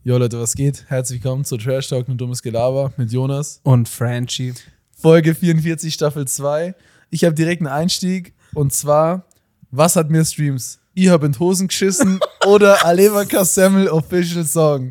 Jo Leute, was geht? Herzlich willkommen zu Trash Talk und dummes Gelaber mit Jonas. Und Franchi. Folge 44, Staffel 2. Ich habe direkt einen Einstieg und zwar, was hat mehr Streams? Ich hab in die Hosen geschissen oder Aleva Kassemmel Official Song?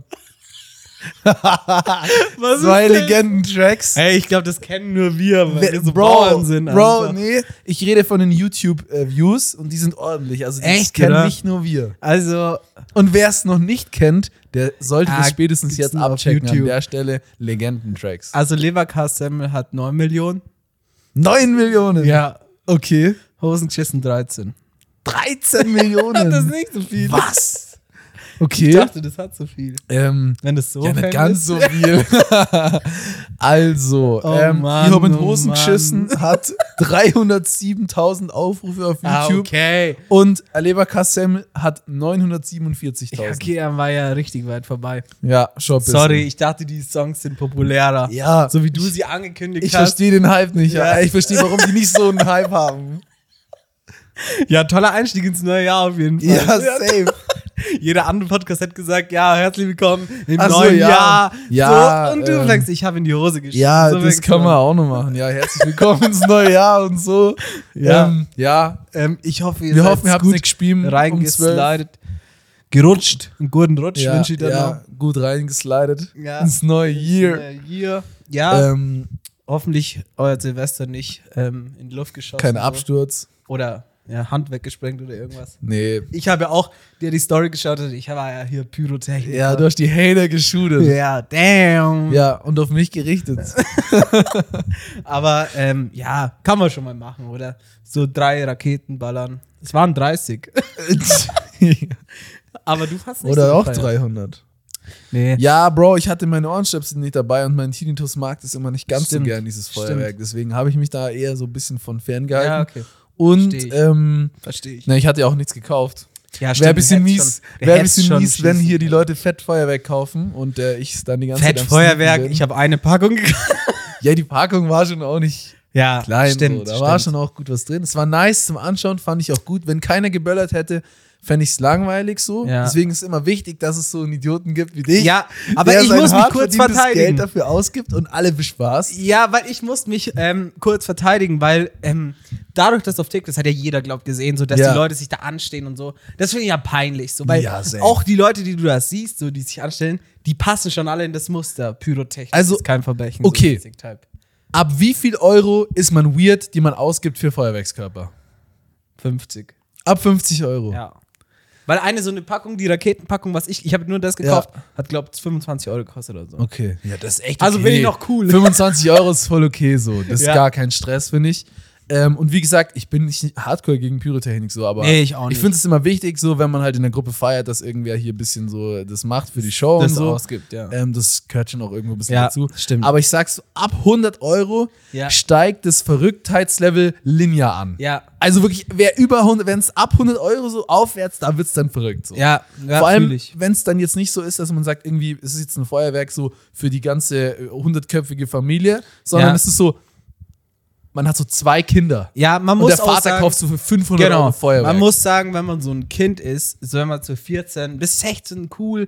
Zwei Legenden-Tracks. Hey, ich glaube, das kennen nur wir, weil wir so Bauern sind. Bro, nee, ich rede von den YouTube-Views und die sind ordentlich. Also das kennen nicht nur wir. Also, und wer es noch nicht kennt, der sollte das spätestens jetzt auf abchecken YouTube. an der Stelle. Legendentracks. Also Leberkassemmel hat 9 Millionen. 9 Millionen? Ja. Okay. Hosengeschissen 13. 13 Millionen? Das ist nicht so viel. Was? Okay. Ich dachte, das hat so viel. Wenn das so ja, nicht Fan ganz ist. so viel. Also, Mann, ich habe in oh Hosen Mann. geschissen, hat 307.000 Aufrufe auf YouTube. Okay. Und Aleva Kassemmel hat 947.000. Ja, okay, er war ja richtig weit vorbei. Ja, schon ein bisschen. Sorry, ich dachte, die Songs sind populärer. Ja. So wie du sie angekündigt Ich hast. verstehe den Hype nicht. Ja. Ich verstehe, warum die nicht so einen Hype haben. Ja, toller Einstieg ins neue Jahr auf jeden Fall. Ja, safe. Jeder andere Podcast hat gesagt, ja, herzlich willkommen im Ach so, neuen ja. Jahr. Ja, So, und du sagst, ich habe in die Hose geschissen. Ja, so das kann man auch noch machen. Ja, herzlich willkommen ins neue Jahr und so. Ja. Ja. Ich hoffe, Wir hoffen, ihr habt gut nicht gespielt. reingeslidet. Gerutscht. Einen guten Rutsch Ja, wünsche ich dir ja, gut reingeslidet. Ja. Ins neue Year. Ja, hoffentlich euer Silvester nicht in die Luft geschossen. Kein so. Absturz. Oder Hand weggesprengt oder irgendwas. Nee. Ich habe ja auch dir die Story geschaut, ich war ja hier Pyrotechnik. Ja, du hast die Hater geshootet. Ja, damn. Ja, und auf mich gerichtet. Aber ja, kann man schon mal machen, oder? So 3 Raketen ballern. Es waren 30. Aber du hast nicht Oder so auch gefeiert. 300. Nee. Ja, Bro, ich hatte meine Ohrenstöpsel nicht dabei und mein Tinnitus mag das immer nicht ganz Stimmt. so gern, dieses Stimmt. Feuerwerk. Deswegen habe ich mich da eher so ein bisschen von ferngehalten. Ja, okay. Und Verstehe ich. ich hatte ja auch nichts gekauft. Ja, Wäre ein bisschen mies, wenn hier die schießen. Leute Fettfeuerwerk kaufen und ich es dann die ganze Zeit am Fettfeuerwerk, Sneaken bin. ich habe eine Packung gekauft. Ja, die Packung war schon auch nicht Ja, klein. stimmt. So. Da war schon auch gut was drin. Es war nice zum Anschauen, fand ich auch gut. Wenn keiner geböllert hätte, fände ich es langweilig so. Ja. Deswegen ist es immer wichtig, dass es so einen Idioten gibt wie dich. Ja, aber der ich sein muss mich hart kurz verdientes verteidigen. Geld dafür ausgibt und alle bespaßt. Ja, weil ich muss mich kurz verteidigen, weil dadurch, dass auf TikTok, das hat ja jeder, glaubt, gesehen, so dass Ja. die Leute sich da anstehen und so. Das finde ich ja peinlich, so, weil Ja, safe. auch die Leute, die du da siehst, so, die sich anstellen, die passen schon alle in das Muster. Pyrotechnik Also, ist kein Verbrechen. okay. So Type. Ab wie viel Euro ist man weird, die man ausgibt für Feuerwerkskörper? 50. Ab 50 Euro. Ja. Weil eine so eine Packung, die Raketenpackung, was ich habe nur das gekauft, hat, glaubt 25 Euro gekostet oder so. Okay. Ja, das ist echt Also bin ich noch cool. 25 Euro ist voll okay so. Das ist Ja. gar kein Stress, finde ich. Und wie gesagt, ich bin nicht hardcore gegen Pyrotechnik so, aber Nee, ich auch nicht. ich finde es immer wichtig, so, wenn man halt in der Gruppe feiert, dass irgendwer hier ein bisschen so das macht für die Show Das und so. ausgibt, ja. Das gehört schon auch irgendwo ein bisschen Ja, dazu. stimmt. Aber ich sag's, ab 100 Euro Ja. steigt das Verrücktheitslevel linear an. Ja. Also wirklich, wenn es ab 100 Euro so aufwärts, da wird's dann verrückt. So. Ja, Vor allem, fühl ich. wenn es dann jetzt nicht so ist, dass man sagt, irgendwie, es ist jetzt ein Feuerwerk so für die ganze 100-köpfige Familie, sondern Ja. es ist so, man hat so 2 Kinder. Ja, man Und muss der auch Vater sagen, kauft so für 500 genau, Euro Feuerwerk. man muss sagen, wenn man so ein Kind ist, so wenn man zu 14 bis 16 cool,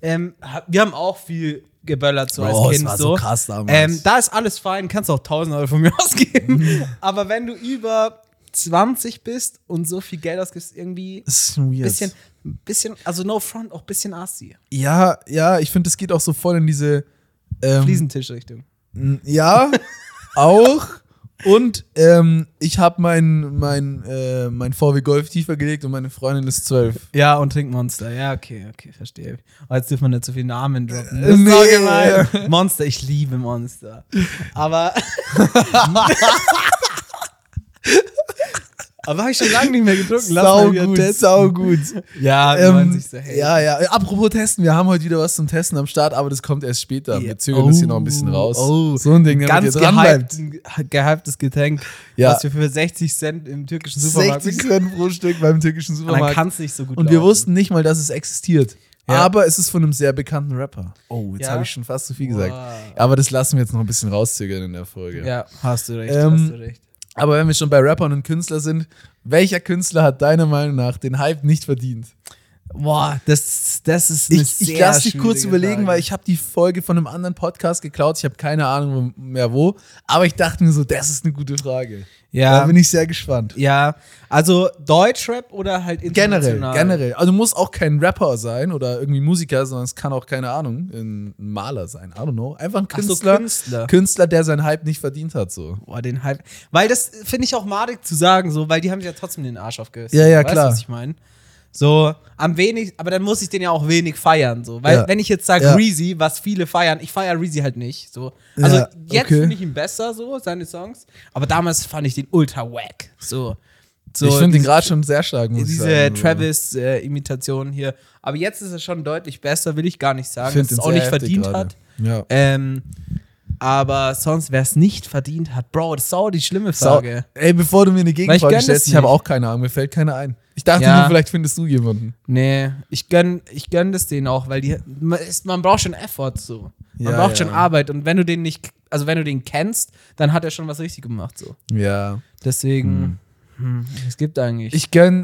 wir haben auch viel geböllert so Bro, als es Kind. war so krass damals. Da ist alles fein, kannst auch 1000 Euro von mir ausgeben. Aber wenn du über 20 bist und so viel Geld ausgibst, irgendwie das ist schon weird. bisschen, also no front, auch bisschen assi. Ja, ich finde, das geht auch so voll in diese Fliesentisch-Richtung. Ja, auch. Und ich habe mein VW Golf tiefer gelegt und meine Freundin ist 12. Ja, und trinkt Monster. Ja, okay, verstehe. Oh, jetzt dürfen wir nicht so viele Namen droppen. Das Nee. ist so gemein. Monster, ich liebe Monster. Aber. Aber habe ich schon lange nicht mehr getrunken. Lass mal wieder testen. Saugut. Ja, 90 so, hey. Ja. Apropos testen, wir haben heute wieder was zum Testen am Start, aber das kommt erst später. Ja. Wir zögern das hier noch ein bisschen raus. Oh. So ein Ding, damit Ganz ihr dranbleibt. gehyptes Getränk, Ja. was wir für 60 Cent im türkischen Supermarkt 60 Cent pro Stück beim türkischen Und dann Supermarkt. kann es nicht so gut Und wir laufen. wussten nicht mal, dass es existiert. Ja. Aber es ist von einem sehr bekannten Rapper. Oh, jetzt Ja? habe ich schon fast zu viel gesagt. Wow. Aber das lassen wir jetzt noch ein bisschen rauszögern in der Folge. Ja, hast du recht, Ähm, Aber wenn wir schon bei Rappern und Künstlern sind, welcher Künstler hat deiner Meinung nach den Hype nicht verdient? Boah, das ist eine Ich lasse dich kurz schwierige überlegen, Frage. weil ich habe die Folge von einem anderen Podcast geklaut. Ich habe keine Ahnung mehr wo. Aber ich dachte mir so, das ist eine gute Frage. Ja. Da bin ich sehr gespannt. Ja, also Deutschrap oder halt international? Generell. Also muss auch kein Rapper sein oder irgendwie Musiker, sondern es kann auch, keine Ahnung, ein Maler sein. I don't know. Einfach ein Ach so, Künstler. Künstler, der seinen Hype nicht verdient hat. So. Boah, den Hype. Weil das finde ich auch madig zu sagen, so, weil die haben sich ja trotzdem den Arsch aufgerissen. Ja, weißt klar. Du, was ich meine? So, am wenig, aber dann muss ich den ja auch wenig feiern, so. Weil, Ja. wenn ich jetzt sage Ja. Reezy, was viele feiern, ich feiere Reezy halt nicht, so. Also, Ja, jetzt okay. finde ich ihn besser, so, seine Songs. Aber damals fand ich den ultra wack, so. Ich finde den gerade schon sehr stark, muss ich Diese sagen. So. Travis-Imitation hier. Aber jetzt ist er schon deutlich besser, will ich gar nicht sagen, Ich find dass es den auch sehr nicht heftig verdient gerade. hat. Ja. Aber sonst, wer es nicht verdient hat, Bro, das ist auch die schlimme Frage. Ey, bevor du mir eine Weil ich Gegenfrage gönn stellst, das ich habe nicht. auch keine Ahnung, mir fällt keine ein. Ich dachte Ja. nur, vielleicht findest du jemanden. Nee, ich gönn das denen auch, weil man braucht schon Effort so. Man Ja, braucht ja. schon Arbeit und wenn du den nicht, also wenn du den kennst, dann hat er schon was richtig gemacht so. Ja. Deswegen, es gibt eigentlich. Ich gönn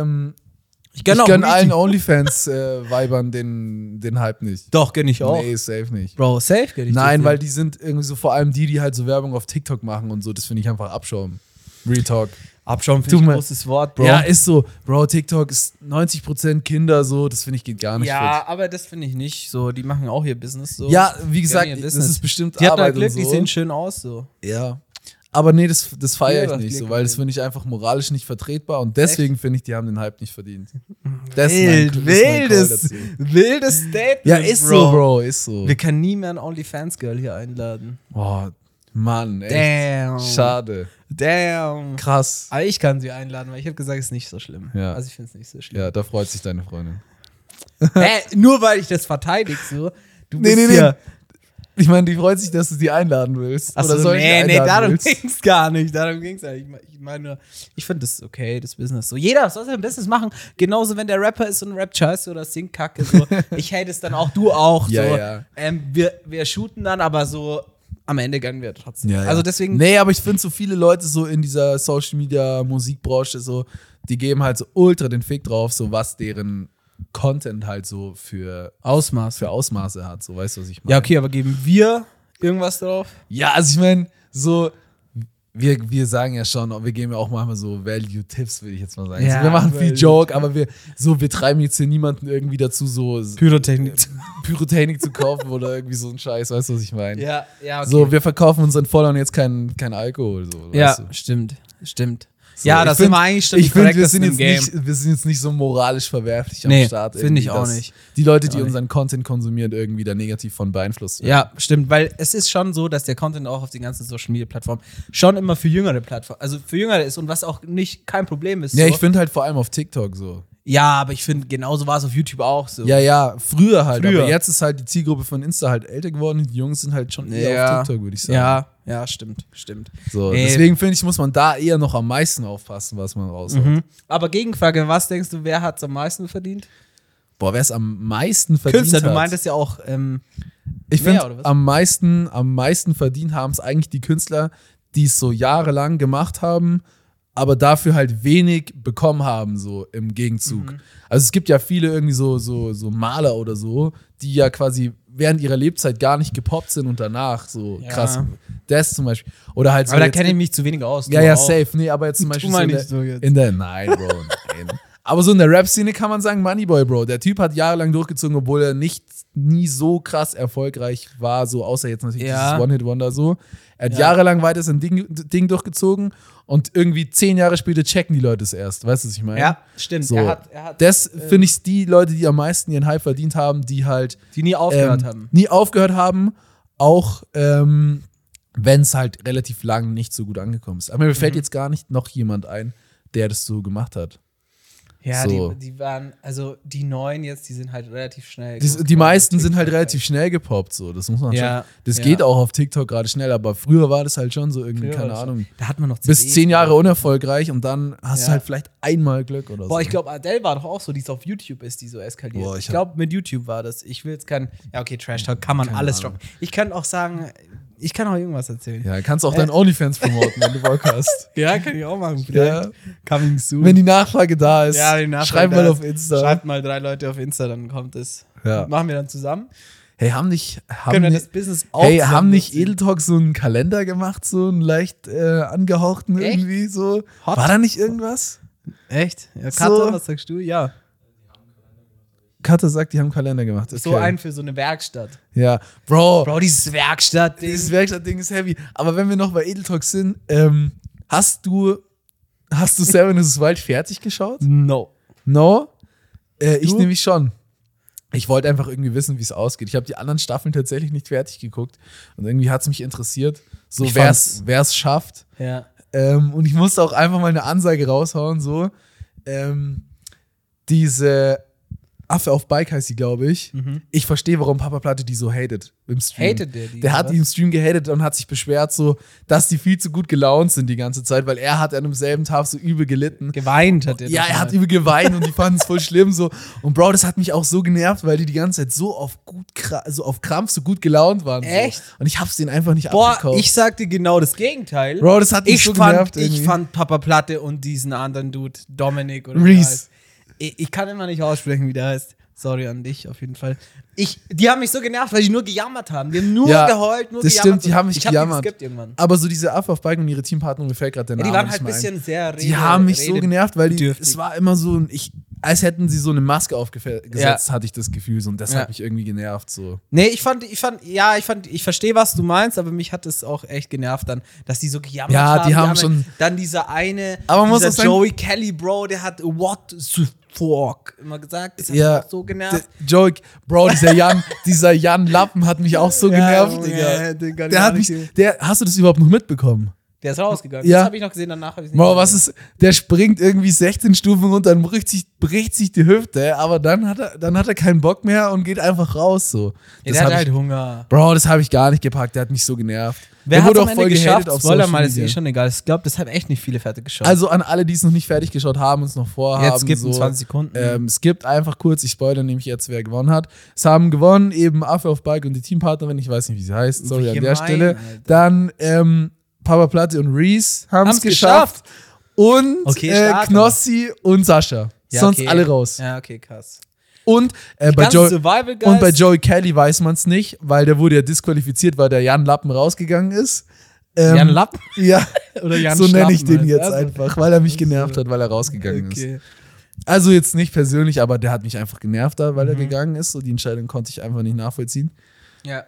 auch allen Reezy. OnlyFans-Weibern den Hype nicht. Doch, gönn ich auch. Nee, safe nicht. Bro, safe gönn ich Nein, das weil die sind irgendwie so, vor allem die halt so Werbung auf TikTok machen und so, das finde ich einfach Abschaum. Real Talk. Abschauen Tu finde ich ein mal- großes Wort, Bro. Ja, ist so. Bro, TikTok ist 90% Kinder so, das finde ich geht gar nicht Ja, fit. aber das finde ich nicht so. Die machen auch ihr Business so. Ja, wie gesagt, ihr das Business. ist bestimmt Die hatten Arbeit halt Glück, und die so. sehen schön aus so. Ja. Aber nee, das feiere Ja, ich nicht das so, Glück weil das im finde ich einfach moralisch nicht vertretbar und deswegen finde ich, die haben den Hype nicht verdient. Das ist mein Call dazu. wildes Statement, Ja, ist so, Bro, ist so. Wir können nie mehr ein OnlyFans-Girl hier einladen. Oh, Mann, echt. Damn. Schade. Damn. Krass. Aber ich kann sie einladen, weil ich habe gesagt, es ist nicht so schlimm. Ja. Also ich finde es nicht so schlimm. Ja, da freut sich deine Freundin. Nur weil ich das verteidige so. Du Nee, bist nee, nee. hier. Ich meine, die freut sich, dass du sie einladen willst. Achso, Oder soll ich die nee, einladen darum willst? ging's gar nicht. Darum ging's ja. Ich meine nur, ich finde das okay, das Business. So, jeder soll sein Business machen. Genauso, wenn der Rapper ist und rappt Scheiße oder singt Kacke. So. Ich hate es dann auch, du auch. Ja, so. ja. Wir shooten dann, aber so am Ende gönnen wir trotzdem. Ja, ja. Also deswegen. Nee, aber ich finde so viele Leute so in dieser Social Media Musikbranche so, die geben halt so ultra den Fick drauf, so was deren Content halt so für Ausmaße hat, so, weißt du, was ich meine? Ja, okay, aber geben wir irgendwas drauf? Ja, also ich meine, so, wir sagen ja schon, wir geben ja auch manchmal so Value-Tipps, würde ich jetzt mal sagen. Ja, also wir machen viel Value. Joke, aber wir treiben jetzt hier niemanden irgendwie dazu, so Pyrotechnik zu kaufen oder irgendwie so ein Scheiß, weißt du, was ich meine? Ja, okay. So, wir verkaufen unseren Followern jetzt kein Alkohol, so, ja, weißt du? stimmt. So, ja, ich das find- sind wir eigentlich schon Ich finde, wir korrektesten sind, im jetzt nicht, wir sind jetzt nicht so moralisch verwerflich am Nee, Start. finde ich irgendwie, auch dass nicht. Die Leute, die Auch nicht. unseren Content konsumieren, irgendwie da negativ von beeinflusst werden. Ja, stimmt, weil es ist schon so, dass der Content auch auf den ganzen Social Media Plattformen schon immer für jüngere Plattformen, also für jüngere ist und was auch nicht kein Problem ist. Ja, so. ich finde halt vor allem auf TikTok so. Ja, aber ich finde, genauso war es auf YouTube auch so. Ja, früher halt. Früher. Aber jetzt ist halt die Zielgruppe von Insta halt älter geworden. Die Jungs sind halt schon eher auf TikTok, würde ich sagen. Ja, stimmt. So, Nee. deswegen finde ich, muss man da eher noch am meisten aufpassen, was man raushaut. Aber Gegenfrage, was denkst du, wer hat es am meisten verdient? Boah, wer es am meisten verdient Künstler, hat. du meintest ja auch, Ich mehr, finde, oder was? am meisten verdient haben es eigentlich die Künstler, die es so jahrelang gemacht haben, aber dafür halt wenig bekommen haben, so im Gegenzug. Also es gibt ja viele irgendwie so Maler oder so, die ja quasi während ihrer Lebzeit gar nicht gepoppt sind und danach so Ja. krass. Das zum Beispiel. Oder halt so aber da jetzt- kenne ich mich zu wenig aus. Ja, du ja, auch. safe. Nee, aber jetzt zum Beispiel mal so nicht so jetzt. nein, Bro, nein. Aber so in der Rap-Szene kann man sagen, Moneyboy, Bro. Der Typ hat jahrelang durchgezogen, obwohl er nie so krass erfolgreich war, so außer jetzt natürlich Ja. dieses One-Hit-Wonder so. Er hat Ja. jahrelang weiter sein Ding durchgezogen und irgendwie 10 Jahre später checken die Leute es erst. Weißt du, was ich meine? Ja, stimmt. So. Er hat Das finde ich die Leute, die am meisten ihren Hype verdient haben, die halt die nie aufgehört haben. nie aufgehört haben, auch wenn es halt relativ lang nicht so gut angekommen ist. Aber mir fällt jetzt gar nicht noch jemand ein, der das so gemacht hat. Ja, so. die waren, also die Neuen jetzt, die sind halt relativ schnell. Die meisten sind halt relativ schnell gepoppt, so. Das muss man Ja, schon. Das ja. geht auch auf TikTok gerade schnell, aber früher war das halt schon so irgendwie, Früher keine war das Ahnung. Da hat man noch Bis CDs 10 Jahre gekauft. unerfolgreich und dann hast Ja. du halt vielleicht einmal Glück oder so. Boah, ich glaube, Adele war doch auch so, die es auf YouTube ist, die so eskaliert. Boah, ich glaube, mit YouTube war das. Ich will jetzt kein. Ja, okay, Trash Talk kann man Keine alles Ahnung. droppen. Ich kann auch sagen, Ich kann auch irgendwas erzählen. Ja, kannst auch deinen OnlyFans promoten, wenn du Bock hast. Ja, kann ich auch machen. Vielleicht. Coming soon. Wenn die Nachfrage da ist, Ja, die Nachfrage schreib da mal ist. auf Insta. Schreibt mal 3 Leute auf Insta, dann kommt es. Ja. Machen wir dann zusammen. Hey, haben Können wir das Business auch Hey, zusammen haben nicht durchziehen? Edel Talk so einen Kalender gemacht, so einen leicht angehauchten Echt? irgendwie so? Hot? War da nicht irgendwas? Echt? Ja, So. Katha, was sagst du? Ja. Katha sagt, die haben einen Kalender gemacht. Okay. So einen für so eine Werkstatt. Ja, Bro, Bro, dieses Werkstatt-Ding. dieses Werkstattding ist heavy. Aber wenn wir noch bei Edel Talk sind, hast du Seven vs. Wild fertig geschaut? No. No? Ich Du? nämlich schon. Ich wollte einfach irgendwie wissen, wie es ausgeht. Ich habe die anderen Staffeln tatsächlich nicht fertig geguckt. Und irgendwie hat es mich interessiert, so Ich wer es schafft. Ja. Und ich musste auch einfach mal eine Ansage raushauen, so. Diese Affe auf Bike heißt sie, glaube ich. Ich verstehe, warum Papa Platte die so hatet im Stream. Hatet der die, Der hat oder die im Stream gehatet und hat sich beschwert, so, dass die viel zu gut gelaunt sind die ganze Zeit, weil er hat an demselben Tag so übel gelitten. Geweint hat er. Ja, doch er hat mal. übel geweint und die fanden es voll schlimm so. Und Bro, das hat mich auch so genervt, weil die ganze Zeit so auf Krampf so gut gelaunt waren. Echt? So. Und ich hab's denen einfach nicht Boah, abgekauft. ich sag dir genau das Gegenteil. Bro, das hat mich so genervt ich irgendwie. fand Papa Platte und diesen anderen Dude, Dominik oder Reese. wie der heißt. Ich kann immer nicht aussprechen, wie der heißt. Sorry an dich auf jeden Fall. Die haben mich so genervt, weil die nur gejammert haben. Die haben nur geheult, nur das gejammert. stimmt, die haben mich ich hab gejammert. Die geskippt irgendwann. Aber so diese Affe auf Bike und ihre Teampartner, mir fällt gerade der Ja, Name die waren nicht halt ein mehr ein. bisschen sehr Die haben mich so genervt, weil redebedürftig. es war immer so als hätten sie so eine Maske aufgesetzt, Ja. hatte ich das Gefühl so, und das Ja. hat mich irgendwie genervt so. Nee, ich verstehe, was du meinst, aber mich hat es auch echt genervt dann, dass die so gejammert Ja, haben. die haben schon- Dann dieser eine, Aber man muss dieser auch sagen- Joey Kelly, Bro, der hat what the fuck immer gesagt. Das hat Ja, mich auch so genervt. Joke, Bro, dieser Jan Lappen hat mich auch so genervt, Digga. den kann ich Der gar hat mich, nicht- hast du das überhaupt noch mitbekommen? Der ist rausgegangen. Ja. Das habe ich noch gesehen, danach habe ich es nicht Bro, gesehen. der springt irgendwie 16 Stufen runter und bricht sich die Hüfte, aber dann hat er keinen Bock mehr und geht einfach raus, so. Ja, Das der hab hat halt ich, Hunger. Bro, das habe ich gar nicht gepackt, der hat mich so genervt. Wer der hat wurde am auch Ende voll geschafft? gehatet auf Spoiler Social mal, ist Media. schon egal. Ich glaube, das haben echt nicht viele fertig geschaut. Also an alle, die es noch nicht fertig geschaut haben und es noch vorhaben. Jetzt gibt es so, 20 Sekunden. Es gibt einfach kurz, ich spoilere nämlich jetzt, wer gewonnen hat. Es haben gewonnen eben Affe auf Bike und die Teampartnerin, ich weiß nicht, wie sie heißt, sorry Wie an der gemein, Stelle. Alter. Dann Papa Platte und Reese haben es Haben's geschafft. Und Okay, stark, Knossi und Sascha. Ja, Sonst okay. alle raus. Ja, okay, krass. Und, bei Ganze Survival Guys. und bei Joey Kelly weiß man es nicht, weil der wurde ja disqualifiziert, weil der Jan Lappen rausgegangen ist. Jan Lappen? Ja, Oder Jan so nenne ich Schlappen den halt. jetzt Also, einfach, weil er mich genervt hat, weil er rausgegangen ist. Okay. Also jetzt nicht persönlich, aber der hat mich einfach genervt, da, Mhm. weil er gegangen ist. So die Entscheidung konnte ich einfach nicht nachvollziehen. Ja.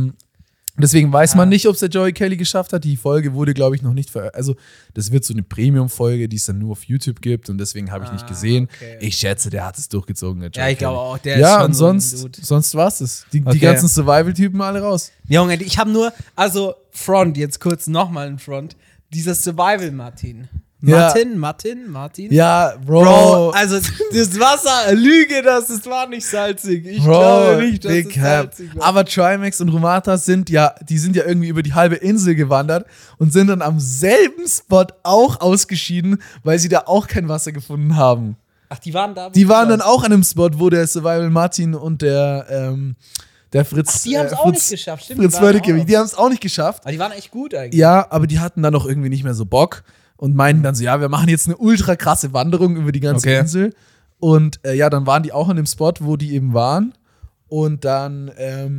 Deswegen weiß man nicht, ob es der Joey Kelly geschafft hat. Die Folge wurde, glaube ich, noch nicht veröffentlicht. Also, das wird so eine Premium-Folge, die es dann nur auf YouTube gibt und deswegen habe ich nicht gesehen. okay. Ich schätze, der hat es durchgezogen, der Joey Ja, ich Kelly. glaube auch, der ist Ja, schon und so ein sonst, Dude. sonst war es das. Die Okay. ganzen Survival-Typen alle raus. Junge, ich habe nur, also Front, jetzt kurz nochmal ein Front. Dieser Survival-Martin. Ja. Martin? Ja, Bro. Bro, also das Wasser, Lüge, das war nicht salzig. Ich Bro, glaube nicht, dass Big es Cap. salzig war. Aber Trimax und Rumata sind ja irgendwie über die halbe Insel gewandert und sind dann am selben Spot auch ausgeschieden, weil sie da auch kein Wasser gefunden haben. Ach, die waren da? Die waren dann auch an einem Spot, wo der Survival Martin und der Fritz. Ach, die haben's auch nicht geschafft, stimmt, die Fritz waren auch Wördecke, noch. die haben es auch nicht geschafft. Aber die waren echt gut eigentlich. Ja, aber die hatten dann noch irgendwie nicht mehr so Bock und meinten dann so, ja, wir machen jetzt eine ultra krasse Wanderung über die ganze Okay. Insel. Und ja, dann waren die auch an dem Spot, wo die eben waren. Und dann,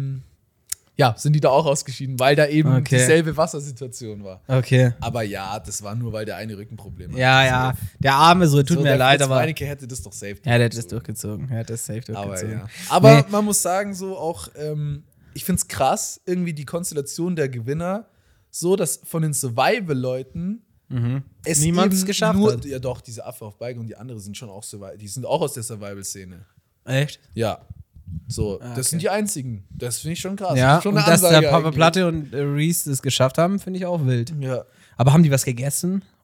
sind die da auch ausgeschieden, weil da eben Okay. dieselbe Wassersituation war. Okay. Aber ja, das war nur, weil der eine Rückenproblem hatte. Ja, der Arme, so, tut So, mir der leid, Fritz aber. Weinecke hätte das doch safe Ja, der hat das durchgezogen. Er hat das safe Aber durchgezogen. ja. Aber Nee. man muss sagen, so auch, ich finde es krass, irgendwie die Konstellation der Gewinner, so dass von den Survival-Leuten es Niemand es eben geschafft nur, hat. Ja doch, diese Affe auf Bike und die andere sind schon auch Survival, die sind auch aus der Survival-Szene. Echt? Ja. So, okay. das sind die einzigen. Das finde ich schon krass. Ja, Das ist schon und eine dass der Ansage Papa eigentlich. Platte und Reese das geschafft haben, finde ich auch wild. Ja. Aber haben die was gegessen?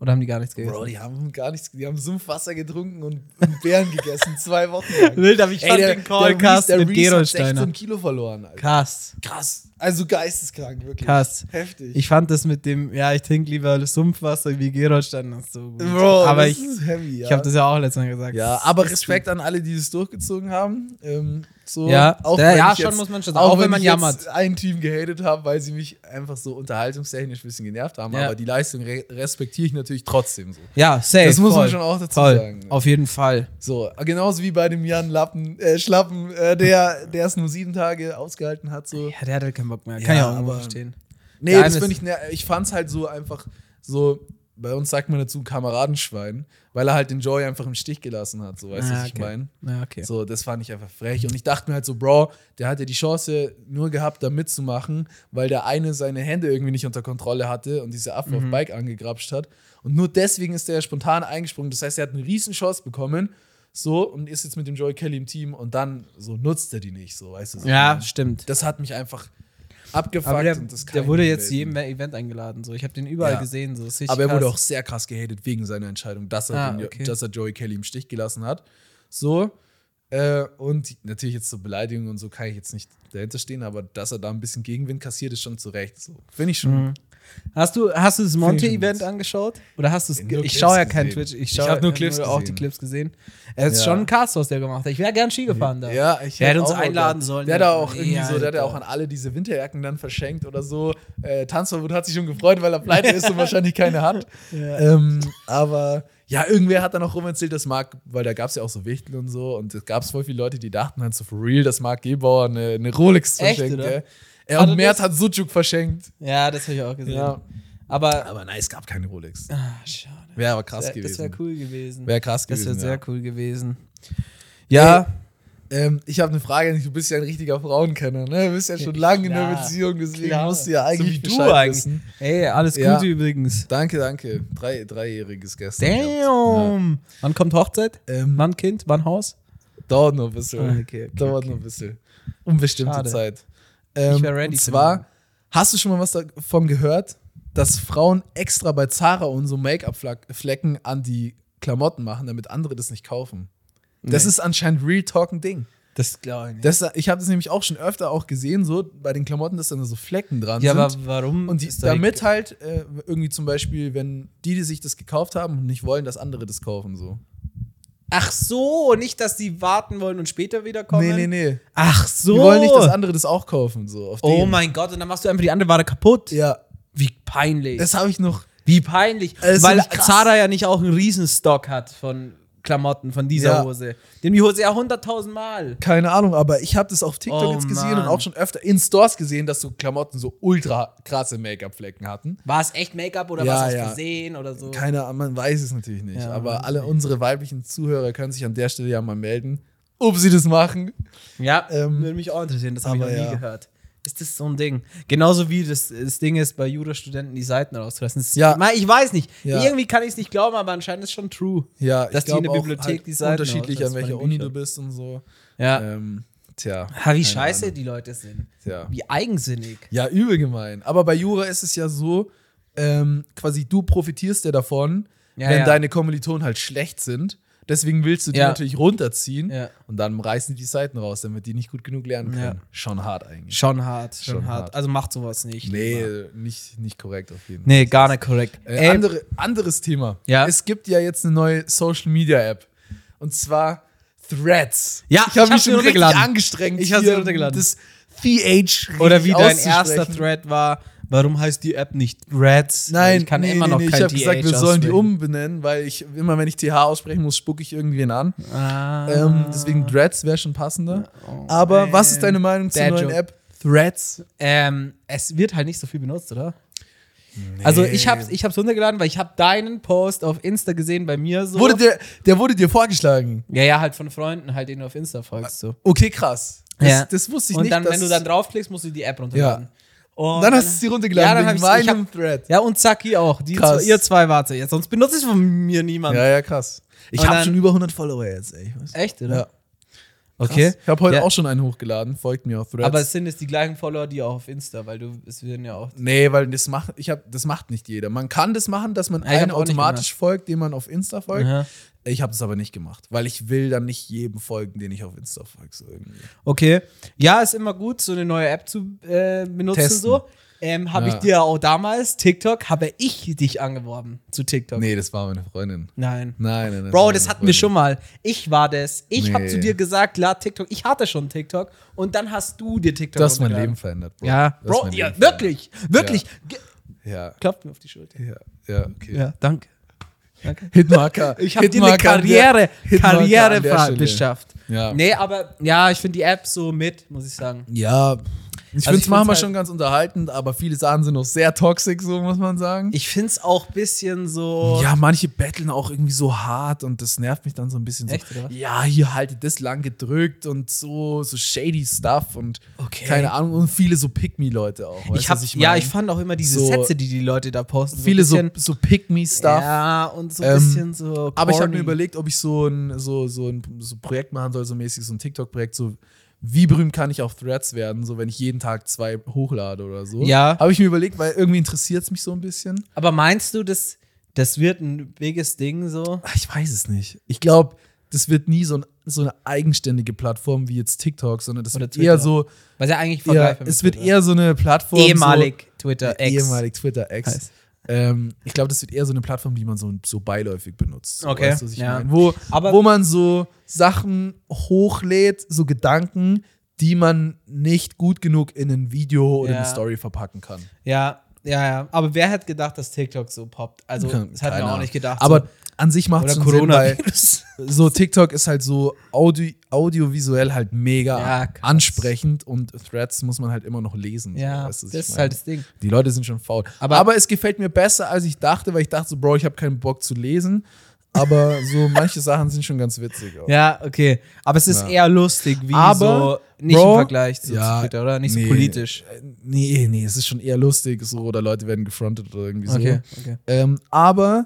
Oder haben die gar nichts gegessen? Bro, die haben gar nichts, die haben Sumpfwasser getrunken und Beeren gegessen, 2 Wochen lang. Wild, aber ich fand den Callcast mit Reese hat Gerolsteiner. 16 Kilo verloren, Alter. Krass. Krass. Also geisteskrank, wirklich. Krass. Heftig. Ich fand das mit dem, ich trinke lieber Sumpfwasser wie Gerolsteiner so gut. Bro, aber das ist heavy, ja. ich habe das ja auch letztes Mal gesagt. Ja, Das aber ist Respekt an alle, die das durchgezogen haben. So, Ja, wenn ja, ich schon jetzt, muss man schon sagen, auch wenn man ich jammert. jetzt ein Team gehatet habe, weil sie mich einfach so unterhaltungstechnisch ein bisschen genervt haben. Ja. Aber die Leistung respektiere ich natürlich trotzdem so. Ja, safe. Das muss man voll, schon auch dazu voll. sagen. Auf jeden Fall. So, genauso wie bei dem Jan Schlappen, der es nur 7 Tage ausgehalten hat. So. Ja, der hat halt keinen Bock mehr. Ja, Kann ja auch irgendwo aber- verstehen. Nee, Der das eine finde ich fand's halt so einfach so, bei uns sagt man dazu Kameradenschwein, weil er halt den Joey einfach im Stich gelassen hat, so, weißt du, was ich meine? Ja, okay. So, das fand ich einfach frech. Und ich dachte mir halt so, Bro, der hat ja die Chance nur gehabt, da mitzumachen, weil der eine seine Hände irgendwie nicht unter Kontrolle hatte und diese Affe auf Bike angegrapscht hat. Und nur deswegen ist der spontan eingesprungen. Das heißt, er hat eine riesen Chance bekommen, so, und ist jetzt mit dem Joey Kelly im Team und dann so nutzt er die nicht, so, weißt du? So. Ja, stimmt. Das hat mich einfach abgefuckt. Aber und das kann der ich wurde nicht jetzt zu melden. jedem Event eingeladen. So. Ich habe den überall Ja. gesehen. So. Das ist richtig Aber er wurde krass. auch sehr krass gehatet wegen seiner Entscheidung, dass er, Okay. dass er Joey Kelly im Stich gelassen hat. So. Und natürlich jetzt so Beleidigungen und so kann ich jetzt nicht dahinter stehen, aber dass er da ein bisschen Gegenwind kassiert, ist schon zu Recht. So. Finde ich schon. Hast du das Find ich Monte-Event schon angeschaut? Oder hast du es? Nur Ich Clips schaue ja kein gesehen. Twitch. Ich hab nur Clips auch die gesehen. Clips gesehen. Er ist Ja. schon ein Cast, was der gemacht hat. Ich wäre gern Ski gefahren da. Ja, ich Der hätte uns auch einladen Bock. sollen. Der hat da auch irgendwie Ja, so, der hat ja Alter. auch an alle diese Winterjacken dann verschenkt oder so. Tanzverbot hat sich schon gefreut, weil er pleite ist und wahrscheinlich keine hat. Aber ja, irgendwer hat dann auch rumerzählt, dass Marc, weil da gab es ja auch so Wichtel und so, und es gab voll viele Leute, die dachten halt so for real, dass Marc Gebauer eine Rolex Echt, verschenkt. oder? Gell? Hat Und er Mert das? hat Sucuk verschenkt. Ja, das habe ich auch gesehen. Ja. Aber Aber nein, es gab keine Rolex. schade. Wäre aber krass Das gewesen. wäre cool gewesen. Wäre krass Das gewesen. wäre ja. sehr cool gewesen. Ja, Ich habe eine Frage an dich. Du bist ja ein richtiger Frauenkenner, ne? Du bist ja schon lange in der klar, Beziehung, deswegen klar. musst du ja eigentlich so wie du Bescheid eigentlich. wissen. Hey, alles Gute Ja. übrigens. Danke. Dreijähriges gestern. Damn. Wann kommt Hochzeit? Ähm, Wann Kind? Wann Haus? Dauert noch ein bisschen. Okay, Dauert noch ein bisschen. Unbestimmte Schade. Zeit. Ich wär ready Und für zwar, hast du schon mal was davon gehört, dass Frauen extra bei Zara und so Make-up-Flecken an die Klamotten machen, damit andere das nicht kaufen? Das Nee. ist anscheinend Real Talk ein Ding. Das glaube ich nicht. Ich habe das nämlich auch schon öfter auch gesehen, so bei den Klamotten, dass dann so Flecken dran Ja, sind. aber warum? Und ist doch damit halt irgendwie zum Beispiel, wenn die sich das gekauft haben und nicht wollen, dass andere das kaufen, so. Ach so, nicht, dass die warten wollen und später wieder kommen? Nee. Ach so. Die wollen nicht, dass andere das auch kaufen, so. Auf Oh den. mein Gott, und dann machst du einfach die andere Ware kaputt. Ja, Wie peinlich. das habe ich noch. Wie peinlich. Das ist Weil nämlich krass. Zara ja nicht auch einen Riesenstock hat von Klamotten, von dieser Ja. Hose. Die haben die Hose ja 100.000 Mal. Keine Ahnung, aber ich habe das auf TikTok Oh, jetzt gesehen Mann. und auch schon öfter in Stores gesehen, dass so Klamotten so ultra krasse Make-up-Flecken hatten. War es echt Make-up oder Ja, war es ja. aus Versehen oder so? Keine Ahnung, man weiß es natürlich nicht. Ja, aber weiß alle unsere weiblichen Zuhörer können sich an der Stelle ja mal melden, ob sie das machen. Ja, Ähm, würde mich auch interessieren, das habe ich noch aber nie ja. gehört. Ist das so ein Ding? Genauso wie das Ding ist, bei Jurastudenten die Seiten rauszulassen. Ja. Ich weiß nicht. Ja. Irgendwie kann ich es nicht glauben, aber anscheinend ist es schon true. Ja, Dass ich die in glaube der auch Bibliothek halt die Seiten unterschiedlich, an rauslassen welcher von den Uni du Büchern. bist und so. Ja. Tja. Wie keine scheiße Ahnung. die Leute sind. Tja. Wie eigensinnig. Ja, übel gemein. Aber bei Jura ist es ja so, quasi du profitierst ja davon, Ja, wenn ja. deine Kommilitonen halt schlecht sind. Deswegen willst du die Ja. natürlich runterziehen Ja. und dann reißen die Seiten raus, damit die nicht gut genug lernen können. Ja. Schon hart eigentlich. Schon hart, schon Schon hart. hart. Also macht sowas nicht. Nee, lieber. nicht korrekt auf jeden Fall. Nee, gar nicht korrekt. Anderes Thema. Ja. Es gibt ja jetzt eine neue Social Media App. Und zwar Threads. Ja, ich habe ich mich hab's schon mir richtig runtergeladen. angestrengt. Ich hab's mir hier runtergeladen. Das TH Oder wie dein auszusprechen. erster Thread war, warum heißt die App nicht Threads? Nein, ich kann nee, immer noch nee, kein ich habe gesagt, wir sollen die aussprechen. umbenennen, weil ich immer, wenn ich TH aussprechen muss, spucke ich irgendwen an. Ah. Deswegen Threads wäre schon passender. Oh, Aber was ist man. deine Meinung zur Dad neuen Joke. App? Threads? Es wird halt nicht so viel benutzt, oder? Also ich hab's runtergeladen, weil ich habe deinen Post auf Insta gesehen bei mir so. Der wurde dir vorgeschlagen. Ja, halt von Freunden, halt, denen du auf Insta folgst. So. Okay, krass. Das wusste ich Und nicht. dann, dass wenn du dann draufklickst, musst du die App runterladen. Und dann hast du sie runtergeladen Ja, dann wegen hab ich meinem Thread. Ja, und Zaki auch. Krass. Ihr zwei warte jetzt. Sonst benutzt es von mir niemand. Ja, krass. Ich Und habe dann- schon über 100 Follower jetzt, ey. Ich weiß. Echt, oder? Ja. Okay. Krass. Ich habe heute Ja. auch schon einen hochgeladen, folgt mir auf Threads. Aber es sind jetzt die gleichen Follower, die auch auf Insta, weil es werden ja auch. Nee, weil das macht nicht jeder. Man kann das machen, dass man Ja, ich hab einen auch nicht automatisch folgt, den man auf Insta folgt. Aha. Ich habe das aber nicht gemacht, weil ich will dann nicht jedem folgen, den ich auf Insta folge. So irgendwie. Okay. Ja, ist immer gut, so eine neue App zu benutzen. Testen. So. Habe Ja. ich dir auch damals, TikTok, habe ich dich angeworben zu TikTok. Nee, das war meine Freundin. Nein. Nein. Bro, war das meine hatten wir Freundin. schon mal. Ich war das. Ich habe Nee. zu dir gesagt, lad TikTok. Ich hatte schon TikTok und dann hast du dir TikTok Du hast mein runtergeladen. Leben verändert, Bro. Ja, Du hast Bro, mein ja, Leben wirklich. Wirklich. Ja, Klopft mir auf die Schulter. ja, okay. Ja, danke. Hitmarker. Ich habe dir eine Hitmarker an der Karriere Stelle. beschafft. Ja. Nee, aber ja, ich finde die App so mit, muss ich sagen. Ja, ich Also finde es manchmal halt- schon ganz unterhaltend, aber viele Sachen sind noch sehr toxisch, so muss man sagen. Ich finde es auch ein bisschen so. Ja, manche betteln auch irgendwie so hart und das nervt mich dann so ein bisschen. Echt, so, oder was? ja, hier haltet das lang gedrückt und so shady Stuff und Okay. keine Ahnung. Und viele so Pick-Me-Leute auch. Weißt du, was Ich mein? fand auch immer diese So- Sätze, die Leute da posten. Viele ein bisschen, so Pick-Me-Stuff. Ja, und so ein bisschen so. Aber ich habe corny. mir überlegt, ob ich so ein Projekt machen soll, so mäßig, so ein TikTok-Projekt, so wie berühmt kann ich auf Threads werden, so wenn ich jeden Tag 2 hochlade oder so. Ja. Habe ich mir überlegt, weil irgendwie interessiert es mich so ein bisschen. Aber meinst du, das wird ein biges Ding so? Ich weiß es nicht. Ich glaube, das wird nie so eine eigenständige Plattform wie jetzt TikTok, sondern das Oder wird Twitter. eher so, Was ja eigentlich eher, vergleichbar es wird Twitter. eher so eine Plattform. ehemalig so, Twitter X. Ehemalig Twitter X. Heißt. Ich glaube, das wird eher so eine Plattform, die man so beiläufig benutzt. So, Okay, weißt du, was ich ja. meine? Aber- Wo man so Sachen hochlädt, so Gedanken, die man nicht gut genug in ein Video oder Ja. eine Story verpacken kann. Ja. Aber wer hat gedacht, dass TikTok so poppt? Also, das hätten Keine wir auch Ahnung. nicht gedacht. Aber so. an sich macht es Oder schon Sinn, weil Coronavirus. so TikTok ist halt so audiovisuell halt mega Ja, krass. ansprechend und Threads muss man halt immer noch lesen. Ja, so, weißt du, was das ich ist meine? halt das Ding. Die Leute sind schon faul. Aber es gefällt mir besser, als ich dachte, weil ich dachte so, Bro, ich habe keinen Bock zu lesen. Aber so manche Sachen sind schon ganz witzig. Auch. Ja, okay. Aber es ist Ja. eher lustig, wie Aber, so nicht Bro, im Vergleich zu Twitter, oder? Nicht so politisch. Nee, es ist schon eher lustig, so, oder Leute werden gefrontet oder irgendwie so. Okay. Aber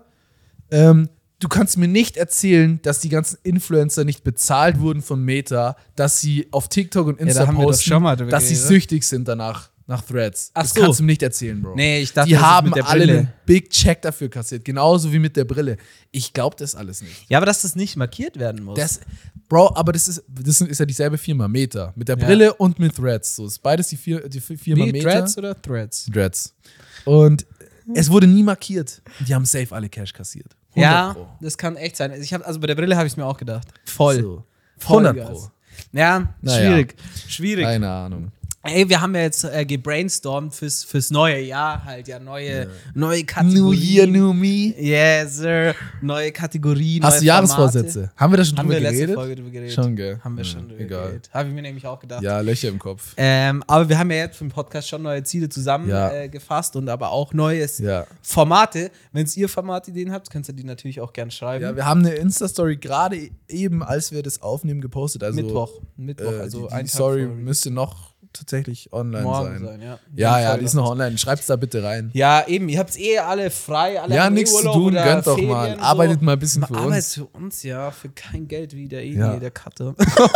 du kannst mir nicht erzählen, dass die ganzen Influencer nicht bezahlt wurden von Meta, dass sie auf TikTok und Insta da haben wir doch posten, schon mal drüber dass sie geredet. süchtig sind nach Threads. Ach das so. kannst du mir nicht erzählen, Bro. Nee, ich dachte, die das ist haben mit der alle Brille. einen Big Check dafür kassiert, genauso wie mit der Brille. Ich glaube das alles nicht. Ja, aber dass das nicht markiert werden muss. Bro, aber das ist ja dieselbe Firma, Meta. Mit der Ja. Brille und mit Threads. So ist beides die Firma Wie, Meta. Threads oder Threads? Threads. Und es wurde nie markiert. Die haben safe alle Cash kassiert. 100 Ja, Pro. das kann echt sein. Also bei der Brille habe ich es mir auch gedacht. Voll. So. Voll 100 Pro. Gas. Ja, Naja. schwierig. Keine Ahnung. Ey, wir haben ja jetzt gebrainstormt fürs neue Jahr halt, ja, neue Kategorien. New Year, New Me. Yes, sir. Neue Kategorien. Hast neue du Jahresvorsätze? Haben wir da schon Haben drüber wir letzte geredet? Folge drüber geredet. Schon, gell? Haben wir Ja, schon drüber egal. geredet. Habe ich mir nämlich auch gedacht. Ja, Löcher im Kopf. Aber wir haben ja jetzt für den Podcast schon neue Ziele zusammen Ja. gefasst und aber auch neues Ja. Formate. Wenn ihr Formatideen habt, könnt ihr die natürlich auch gern schreiben. Ja, wir haben eine Insta-Story gerade eben, als wir das aufnehmen, gepostet. Also, Mittwoch, also die ein Tag Story vor müsste noch tatsächlich online morgen sein. sein. Ja, Ja, die ist noch online. Schreibt's da bitte rein. Ja, eben, ihr habt es alle frei, alle Ja, haben nichts zu Urlaub tun, oder gönnt doch Ferien, mal. so. Arbeitet mal ein bisschen für Arbeit uns. für uns, ja, für kein Geld wie der Ja. der Cutter.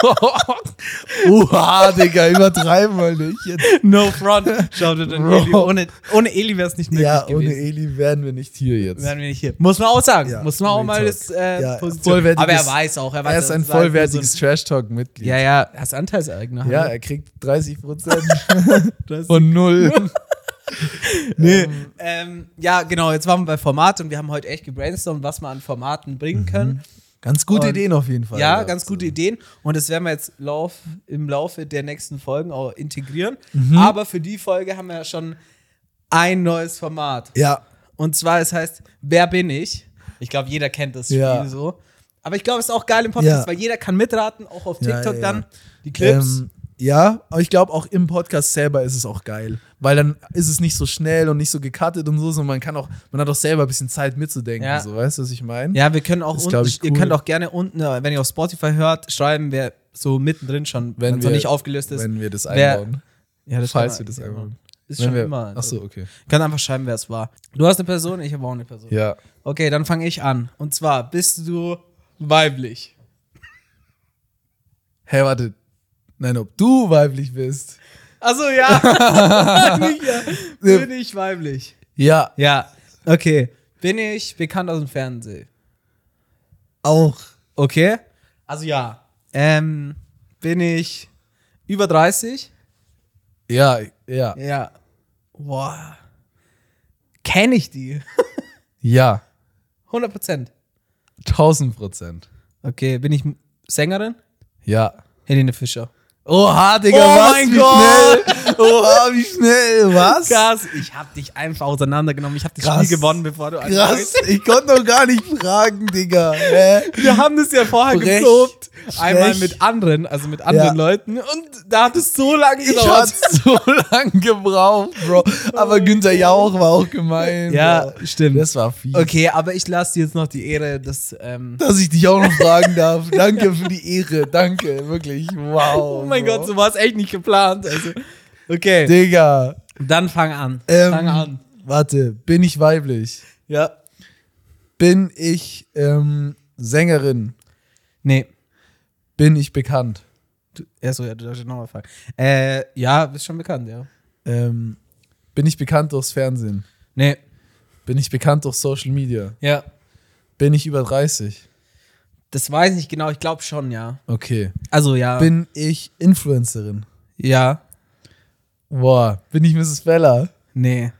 Uha, Digga, übertreiben wir nicht jetzt. No front. Schaut an Eli. Bro. Ohne Eli wäre es nicht möglich Ja, ohne gewesen. Eli wären wir nicht hier jetzt. Wären wir nicht hier. Muss man auch sagen. Ja, Muss man auch mal Real das Talk. Ja, Position. vollwertiges- Aber er weiß auch. Er Er ist ein dass es halt vollwertiges so Trash-Talk-Mitglied. Ja, er ist Anteilseigner. Ja, halt. er kriegt 30% von 0. Nee. Ja, genau. Jetzt waren wir bei Format und wir haben heute echt gebrainstormt, was wir an Formaten bringen können. Ganz gute Und- Ideen auf jeden Fall. Ja, gehabt, ganz gute so. Ideen. Und das werden wir jetzt im Laufe der nächsten Folgen auch integrieren. Mhm. Aber für die Folge haben wir ja schon ein neues Format. Ja, Und zwar, es heißt, wer bin ich? Ich glaube, jeder kennt das Spiel Ja. so. Aber ich glaube, es ist auch geil im Podcast, Ja. weil jeder kann mitraten, auch auf Ja, TikTok ja, dann. ja. Die Clips. Ja, aber ich glaube auch im Podcast selber ist es auch geil. Weil dann ist es nicht so schnell und nicht so gecuttet und so, sondern man hat auch selber ein bisschen Zeit mitzudenken. Ja. So, weißt du, was ich meine? Ja, wir können auch ist, unten, glaub ich, ihr cool. könnt auch gerne unten, wenn ihr auf Spotify hört, schreiben, wer so mittendrin schon, wenn es noch nicht aufgelöst ist. Wenn wir das wer- einbauen. Ja, das Falls kann wir das man- einbauen. Ist Wenn schon wir, immer. Achso, okay. Kann einfach schreiben, wer es war. Du hast eine Person, ich habe auch eine Person. Ja. Okay, dann fange ich an. Und zwar, bist du weiblich? Hey, warte. Nein, ob du weiblich bist. Achso, ja. Bin ich weiblich? Ja. Ja. Okay. Bin ich bekannt aus dem Fernsehen? Auch. Okay. Also ja. Bin ich über 30? Ja, ja. Ja. Boah. Kenn ich die? Ja. 100%. 1000%. Okay. Bin ich Sängerin? Ja. Helene Fischer. Oha, Digga, Oh was? mein wie Gott. schnell? Oha, wie schnell? Was? Krass. Ich hab dich einfach auseinandergenommen. Ich hab das Krass. Spiel gewonnen, bevor du Krass, ich konnte doch gar nicht fragen, Digga. Hä? Wir haben das ja vorher Frech. geprobt. Einmal Frech. mit anderen, also mit anderen Ja. Leuten. Und da hat es so lange Ich gedauert. hatte so lange gebraucht, Bro. Aber Günther Jauch war auch gemein. Ja, Bro. stimmt. Das war fies. Okay, aber ich lasse dir jetzt noch die Ehre, dass. Dass ich dich auch noch fragen darf. Danke für die Ehre. Danke, wirklich. Wow. Oh mein Bro. Gott, so war es echt nicht geplant. Also, okay, Digga. dann fang an. Fang an. Warte, bin ich weiblich? Ja. Bin ich Sängerin? Nee. Bin ich bekannt? Achso, ja, du darfst nochmal fragen. Ja, bist schon bekannt, ja. Bin ich bekannt durchs Fernsehen? Nee. Bin ich bekannt durch Social Media? Ja. Bin ich über 30? Das weiß ich nicht genau, ich glaube schon, ja. Okay. Also, ja. Bin ich Influencerin? Ja. Boah, bin ich Mrs. Bella? Nee.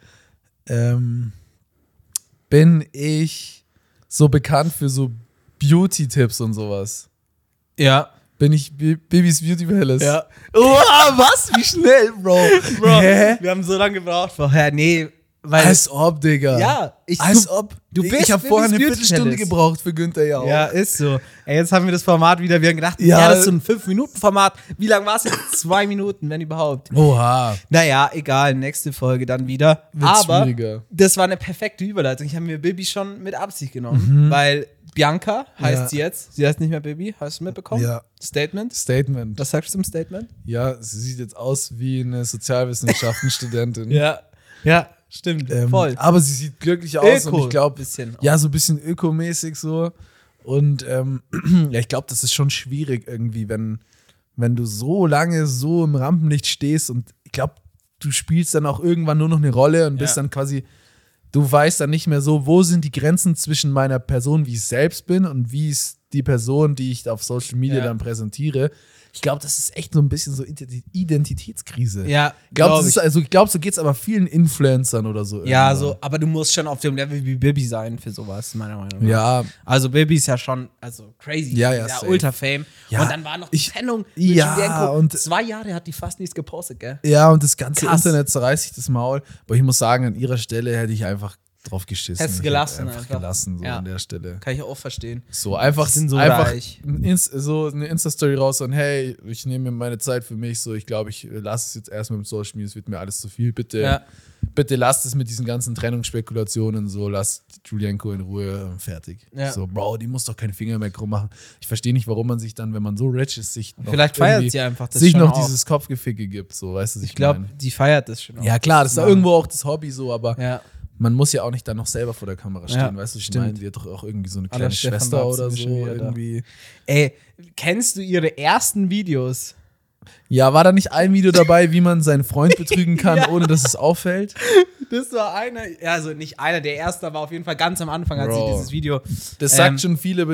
Bin ich so bekannt für so Beauty-Tipps und sowas? Ja. Bin ich Bibis Beauty Palace? Ja. Oha, was? Wie schnell, Bro? Bro, Hä? wir haben so lange gebraucht vorher. Nee, weil. Als ob, Digga. Ja, Als ob. du bist ich habe vorher eine Bibis Beauty Viertelstunde Palace. gebraucht für Günther Jauch. Ja, ist so. Ey, jetzt haben wir das Format wieder. Wir haben gedacht, Ja. ja, das ist so ein 5-Minuten-Format. Wie lang war es jetzt? 2 Minuten, wenn überhaupt. Oha. Naja, egal, nächste Folge dann wieder. Wird's Aber schwieriger. das war eine perfekte Überleitung. Ich habe mir Bibi schon mit Absicht genommen, weil Bianca heißt Ja. sie jetzt. Sie heißt nicht mehr Bibi. Hast du mitbekommen? Ja. Statement. Statement. Was sagst du zum Statement? Ja, sie sieht jetzt aus wie eine Sozialwissenschaften-Studentin. Ja, stimmt. Voll. Aber sie sieht glücklich aus und ich glaube, bisschen. ja, so ein bisschen ökomäßig so. Und ja, ich glaube, das ist schon schwierig irgendwie, wenn du so lange so im Rampenlicht stehst und ich glaube, du spielst dann auch irgendwann nur noch eine Rolle und bist Ja. dann quasi, du weißt dann nicht mehr so, wo sind die Grenzen zwischen meiner Person, wie ich selbst bin und wie ist die Person, die ich auf Social Media Ja. dann präsentiere. Ich glaube, das ist echt so ein bisschen so Identitätskrise. Ja, Ich glaube, glaub so geht es aber vielen Influencern oder so. Ja, irgendwann. so, aber du musst schon auf dem Level wie Bibi sein für sowas, meiner Meinung nach. Ja, Also Bibi ist ja schon, also crazy. Ja, ja, Ist safe. ultra fame. Ja, Und dann war noch die ich- Trennung ja, Julienko. und- 2 Jahre hat die fast nichts gepostet, gell? ja, und das ganze Krass. Internet zerreißt sich das Maul. Aber ich muss sagen, an ihrer Stelle hätte ich einfach drauf geschissen. Hättest du Ich hätte gelassen einfach einfach. gelassen, so Ja. an der Stelle. Kann ich auch verstehen. So einfach, Die sind so einfach reich. so eine Insta-Story raus und hey, ich nehme mir meine Zeit für mich, so ich glaube, ich lasse es jetzt erst mit dem Social Media, es wird mir alles zu viel. Bitte, Ja. bitte lasst es mit diesen ganzen Trennungsspekulationen so, lasst Julienko in Ruhe, fertig. Ja. So, Bro, die muss doch keine Finger mehr krumm machen. Ich verstehe nicht, warum man sich dann, wenn man so rich ist, sich noch Vielleicht feiert irgendwie- sie einfach das sich schon noch auch. dieses Kopfgeficke gibt, so, weißt du, was Ich glaube, meine? die feiert das schon auch. Ja, klar, das ist ja irgendwo auch das Hobby so, aber Ja. man muss ja auch nicht dann noch selber vor der Kamera stehen, Ja, weißt du, ich stimmt. meine, die hat doch auch irgendwie so eine Aller kleine Stefan Schwester Raab oder sind so wir schon wieder da. irgendwie. Ey, kennst du ihre ersten Videos? Ja, war da nicht ein Video dabei, wie man seinen Freund betrügen kann, Ja. ohne dass es auffällt? Das war einer, also nicht einer, der erste, aber auf jeden Fall ganz am Anfang, als sie Bro. dieses Video. Das sagt schon viel über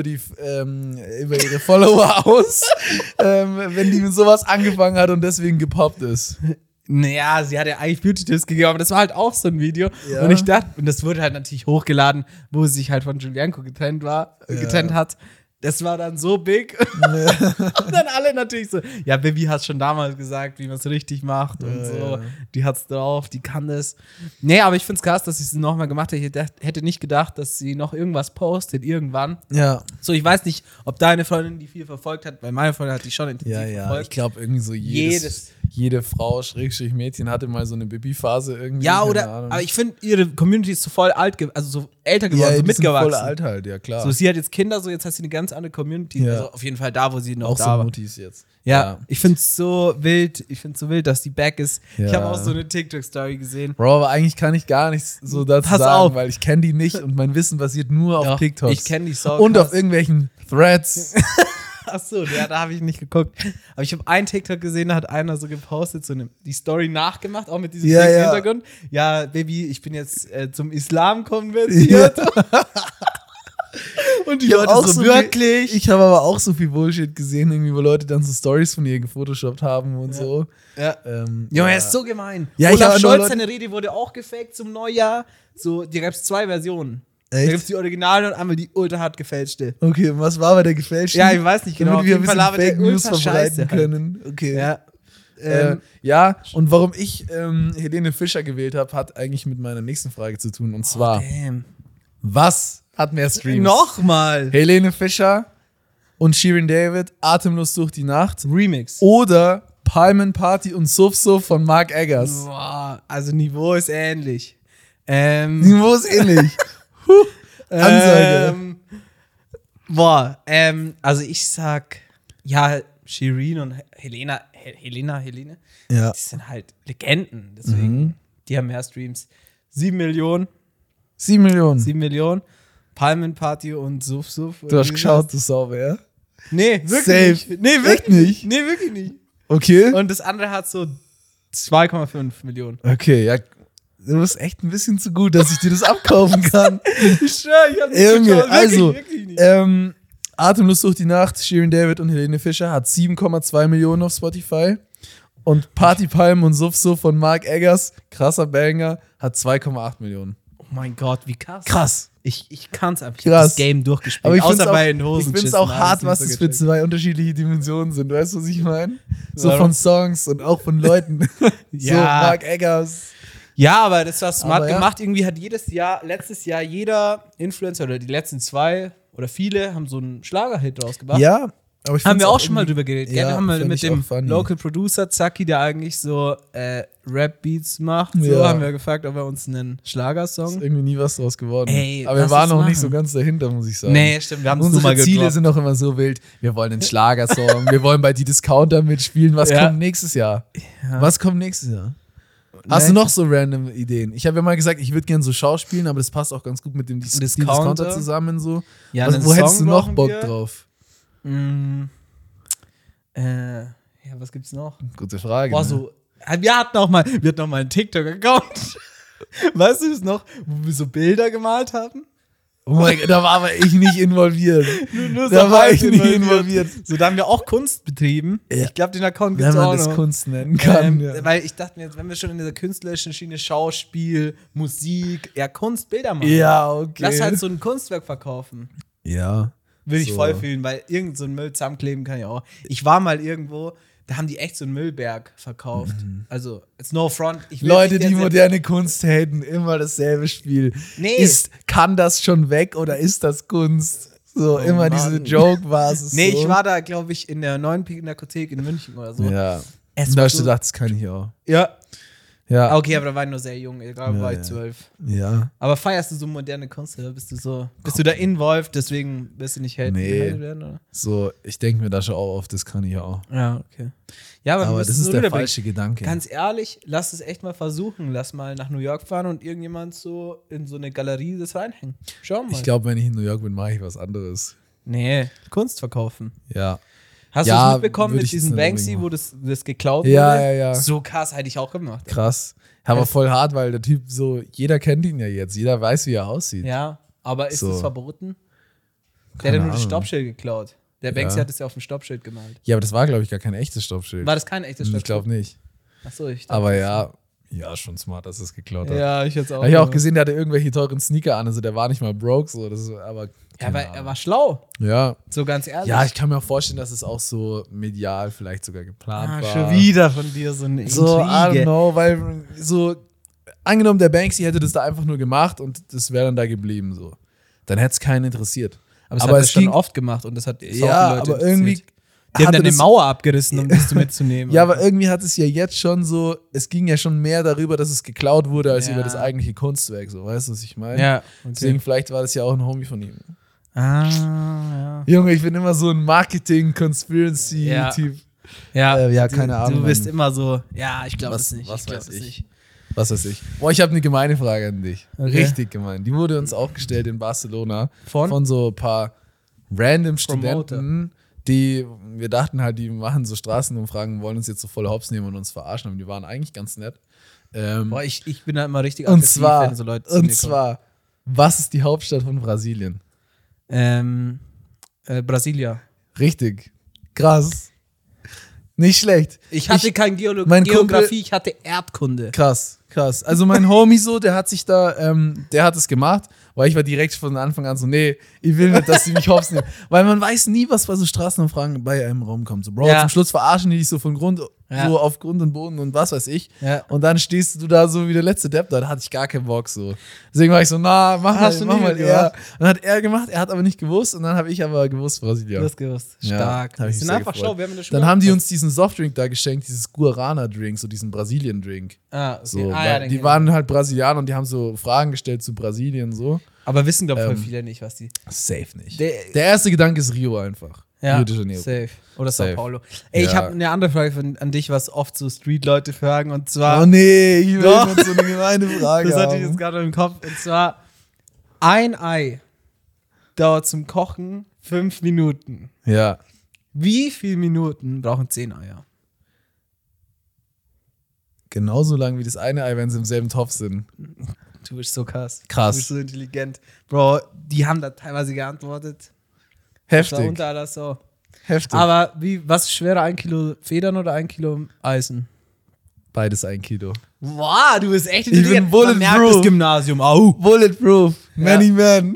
über ihre Follower aus, wenn die mit sowas angefangen hat und deswegen gepoppt ist. Naja, sie hat ja eigentlich Beauty-Tipps gegeben, aber das war halt auch so ein Video. Ja. Und ich dachte, und das wurde halt natürlich hochgeladen, wo sie sich halt von Julienko getrennt hat. Das war dann so big. Und dann alle natürlich so, ja, Bibi hat schon damals gesagt, wie man es richtig macht und so. Ja. Die hat's drauf, die kann das. Nee, aber ich find's krass, dass sie es nochmal gemacht hat. Ich hätte nicht gedacht, dass sie noch irgendwas postet irgendwann. Ja. So, ich weiß nicht, ob deine Freundin die viel verfolgt hat, weil meine Freundin hat die schon intensiv Ja, ja. Ich verfolgt. glaube, irgendwie so jede Frau, Schrägstrich Mädchen, hatte mal so eine Bibi-Phase irgendwie. Ja, keine oder, Ahnung. aber ich finde, ihre Community ist so voll alt, also so älter geworden, ja, so die sind mitgewachsen. voll alt halt, ja klar. So, sie hat jetzt Kinder, so jetzt hat sie eine ganz andere Community. Ja. Also auf jeden Fall da, wo sie noch auch da so war. Muttis jetzt. Ja, ich finde es so wild. Ich finde es so wild, dass die back ist. Ja. Ich habe auch so eine TikTok-Story gesehen. Bro, aber eigentlich kann ich gar nichts so dazu Pass sagen, auf. weil ich kenne die nicht und mein Wissen basiert nur auf Doch, TikToks. ich kenn die so und krass. auf irgendwelchen Threads. Achso, ja, da habe ich nicht geguckt. Aber ich habe einen TikTok gesehen, da hat einer so gepostet, die Story nachgemacht, auch mit diesem Hintergrund. Ja, Baby, ich bin jetzt zum Islam konvertiert. Und die Leute so wirklich. Ich habe aber auch so viel Bullshit gesehen, irgendwie, wo Leute dann so Stories von ihr gefotoshoppt haben und so. Ja. Junge, er ist so gemein. Ja, Olaf Scholz, seine Rede wurde auch gefaked zum Neujahr. So, die gab es 2 Versionen. Echt? Da gibt es die Originale und einmal die ultra hart gefälschte. Okay, und was war bei der gefälschten? Ja, ich weiß nicht genau. Damit wir ein bisschen Fake News verbreiten können. Okay. Ja. Ja, und warum ich Helene Fischer gewählt habe, hat eigentlich mit meiner nächsten Frage zu tun. Und zwar, was hat mehr Streams? Nochmal. Helene Fischer und Shirin David, Atemlos durch die Nacht. Remix. Oder Palmen Party und Suff Suff von Mark Eggers. Boah, also Niveau ist ähnlich. Niveau ist ähnlich. Ansage. Also ich sag, ja, Shirin und Helene, Ja. die sind halt Legenden, deswegen, die haben mehr Streams. 7 Millionen. 7 Millionen. 7 Millionen. Palmen Party und Suff Suff. Du hast geschaut, du Sauber, ja? Nee, wirklich Safe. nicht. Nee, wirklich Echt nicht? Nee, wirklich nicht. Okay. Und das andere hat so 2,5 Millionen. Okay, ja. Du bist echt ein bisschen zu gut, dass ich dir das abkaufen kann. Ich schwör, ich hab nicht Junge, geschaut. also, Wirklich nicht. Atemlos durch die Nacht, Shirin David und Helene Fischer hat 7,2 Millionen auf Spotify. Und Party Palm und Suff Suff von Mark Eggers, krasser Banger, hat 2,8 Millionen. Oh mein Gott, wie krass. Krass. Ich kann's einfach. Ich Krass. hab das Game durchgespielt. Aber ich außer find's auch, bei den Hosen. ich find's auch hart, was das für 2 unterschiedliche Dimensionen sind. Weißt du, was ich meine? So Warum? von Songs und auch von Leuten. So Ja. Mark Eggers. Ja, aber das war smart Aber ja. gemacht. Irgendwie hat letztes Jahr jeder Influencer oder die letzten 2 oder viele haben so einen Schlagerhit rausgebracht. Ja, aber ich Haben find's wir auch schon mal drüber geredet. Ja, gell? Haben wir find mit ich dem auch funny. Local Producer Zaki, der eigentlich so Rap-Beats macht. So Ja. haben wir gefragt, ob er uns einen Ist Schlagersong. irgendwie nie was draus geworden. Ey, aber wir lass waren es noch nicht machen. so ganz dahinter, muss ich sagen. Nee, stimmt, wir haben es nur Unsere mal Ziele gedroppt. sind auch immer so wild. Wir wollen einen Schlagersong, wir wollen bei die Discounter mitspielen. Was Ja. kommt nächstes Jahr? Ja. Was kommt nächstes Jahr? Hast du noch so random Ideen? Ich habe ja mal gesagt, ich würde gerne so schauspielen, aber das passt auch ganz gut mit dem Discounter zusammen. So. Ja, Wo einen hättest du Song noch brauchen Bock wir. drauf? Ja, was gibt's noch? Gute Frage. Boah, Ne? so. Wir hatten auch mal einen TikTok-Account. Weißt du das noch? Wo wir so Bilder gemalt haben? Oh mein Gott, da war aber ich nicht involviert. Nur Da so war halb ich nicht involviert. So, da haben wir auch Kunst betrieben. Ja. Ich glaube, den Account Wenn gibt's auch man das noch. Kunst nennen kann. Ja. Weil ich dachte mir jetzt, wenn wir schon in dieser künstlerischen Schiene Schauspiel, Musik, Kunst, Bilder machen. Ja, okay. Lass halt so ein Kunstwerk verkaufen. Ja. Würde ich So. voll fühlen, weil irgend so ein Müll zusammenkleben kann ich auch. Ich war mal irgendwo, da haben die echt so einen Müllberg verkauft. Also, it's no front. Ich will Leute, nicht die jetzt- moderne Kunst haten, immer dasselbe Spiel. Nee. Kann das schon weg oder ist das Kunst? So, Oh immer Mann. diese Joke-Basis. Nee, so. ich war da, glaube ich, in der neuen Pinakothek in München oder so. Ja. Es Da war hast du so- gedacht, das kann ich auch. Ja. Ja. Okay, aber da war ich nur sehr jung. Ich glaube, war ich 12. Ja. Aber feierst du so moderne Kunst oder bist du da involved, deswegen wirst du nicht haten Nee. werden, oder? So, ich denke mir da schon auch auf, das kann ich auch. Ja, okay. Ja, aber, wir Aber müssen das es ist so der rüberbringen. falsche Gedanke. Ganz ehrlich, lass es echt mal versuchen. Lass mal nach New York fahren und irgendjemand so in so eine Galerie das reinhängen. Schau mal. Ich glaube, wenn ich in New York bin, mache ich was anderes. Nee, Kunst verkaufen. Ja. Hast Ja, du es mitbekommen würde mit ich jetzt diesem nicht Banksy, unbedingt wo das geklaut Ja, wurde? ja, ja. So krass hätte ich auch gemacht. Krass. Aber voll hart, weil der Typ so, jeder kennt ihn ja jetzt. Jeder weiß, wie er aussieht. Ja, aber ist So. das verboten? Der Keine hat ja nur das Ahnung. Stoppschild geklaut. Der Banksy Ja. hat es ja auf dem Stoppschild gemalt. Ja, aber das war, glaube ich, gar kein echtes Stoppschild. War das kein echtes Ich Stoppschild? glaube nicht. Achso, ich dachte, Aber das ja, schon smart, dass es geklaut hat. Ja, ich jetzt auch. Habe ich auch gesehen, der hatte irgendwelche teuren Sneaker an, also der war nicht mal broke, so, das ist, aber Ja, keine aber er Ahnung. war schlau. Ja. So ganz ehrlich. Ja, ich kann mir auch vorstellen, dass es auch so medial vielleicht sogar geplant war. Schon wieder von dir so eine So, I don't Intrige. know, weil so, angenommen, der Banksy hätte das da einfach nur gemacht und das wäre dann da geblieben, so. Dann hätte es keinen interessiert. Aber, Aber hat es er schon ging- oft gemacht und das hat sau Ja, viele Leute aber irgendwie. interessiert. Die haben hatte dann eine das- Mauer abgerissen, um das mitzunehmen. Ja, aber irgendwie hat es ja jetzt schon so, es ging ja schon mehr darüber, dass es geklaut wurde, als Ja. über das eigentliche Kunstwerk, so, weißt du, was ich meine? Ja, Deswegen, okay. vielleicht war das ja auch ein Homie von ihm. Ah, Junge, ich bin immer so ein Marketing-Conspiracy-Typ. ja. Ja, keine Ahnung, Du bist Mann. immer so, ja, ich glaube Was- es nicht. was ich glaub weiß es ich. nicht. Was weiß ich. Boah, ich habe eine gemeine Frage an dich. Okay. Richtig gemein. Die wurde uns auch gestellt in Barcelona Von? so ein paar random Promoter. Studenten, wir dachten halt, die machen so Straßenumfragen, wollen uns jetzt so voll hops nehmen und uns verarschen, aber die waren eigentlich ganz nett. Boah, ich bin da immer richtig Und aggressiv, zwar, wenn so Leute zu mir kommen. Was ist die Hauptstadt von Brasilien? Brasilia. Richtig. Krass. Nicht schlecht. Ich hatte kein mein Geografie, ich hatte Erdkunde. Krass. Also mein Homie so, der hat es gemacht, weil ich war direkt von Anfang an so, nee, ich will nicht, dass die mich hops nehmen. Weil man weiß nie, was bei so Straßenumfragen bei einem Raum kommt. So, Bro, zum Schluss verarschen die dich so so auf Grund und Boden und was weiß ich. Ja. Und dann stehst du da so wie der letzte Depp, da hatte ich gar keinen Bock so. Deswegen war ich so, mach mal er. Und dann hat er gemacht, er hat aber nicht gewusst und dann habe ich aber gewusst, Brasilien. Du hast gewusst. Stark. Ja, Wir sind einfach schlau, wir haben in der Schule. Dann haben die uns diesen Softdrink da geschenkt, dieses Guarana-Drink, so diesen Brasilien-Drink. Ah, okay. So, weil die waren halt Brasilianer und die haben so Fragen gestellt zu Brasilien so. Aber wissen, glaube ich, voll viele nicht, was die. Safe nicht. Der erste Gedanke ist Rio einfach. Ja, Rio de Janeiro. safe. Oder Safe. Sao Paulo. Ey, ich habe eine andere Frage an dich, was oft so Street-Leute fragen. Und zwar. Oh nee, ich will jetzt so eine gemeine Frage. Das hatte ich jetzt gerade im Kopf. Und zwar: Ein Ei dauert zum Kochen 5 Minuten. Ja. Wie viele Minuten brauchen 10 Eier? Genauso lang wie das eine Ei, wenn sie im selben Topf sind. Du bist so krass. Krass. Du bist so intelligent. Bro, die haben da teilweise geantwortet. Heftig. Das war unter aller so. Heftig. Aber was ist schwerer, 1 Kilo Federn oder 1 Kilo Eisen? Beides 1 Kilo. Wow, du bist echt Ich bin bulletproof. Gymnasium. Au. Bulletproof. Many men.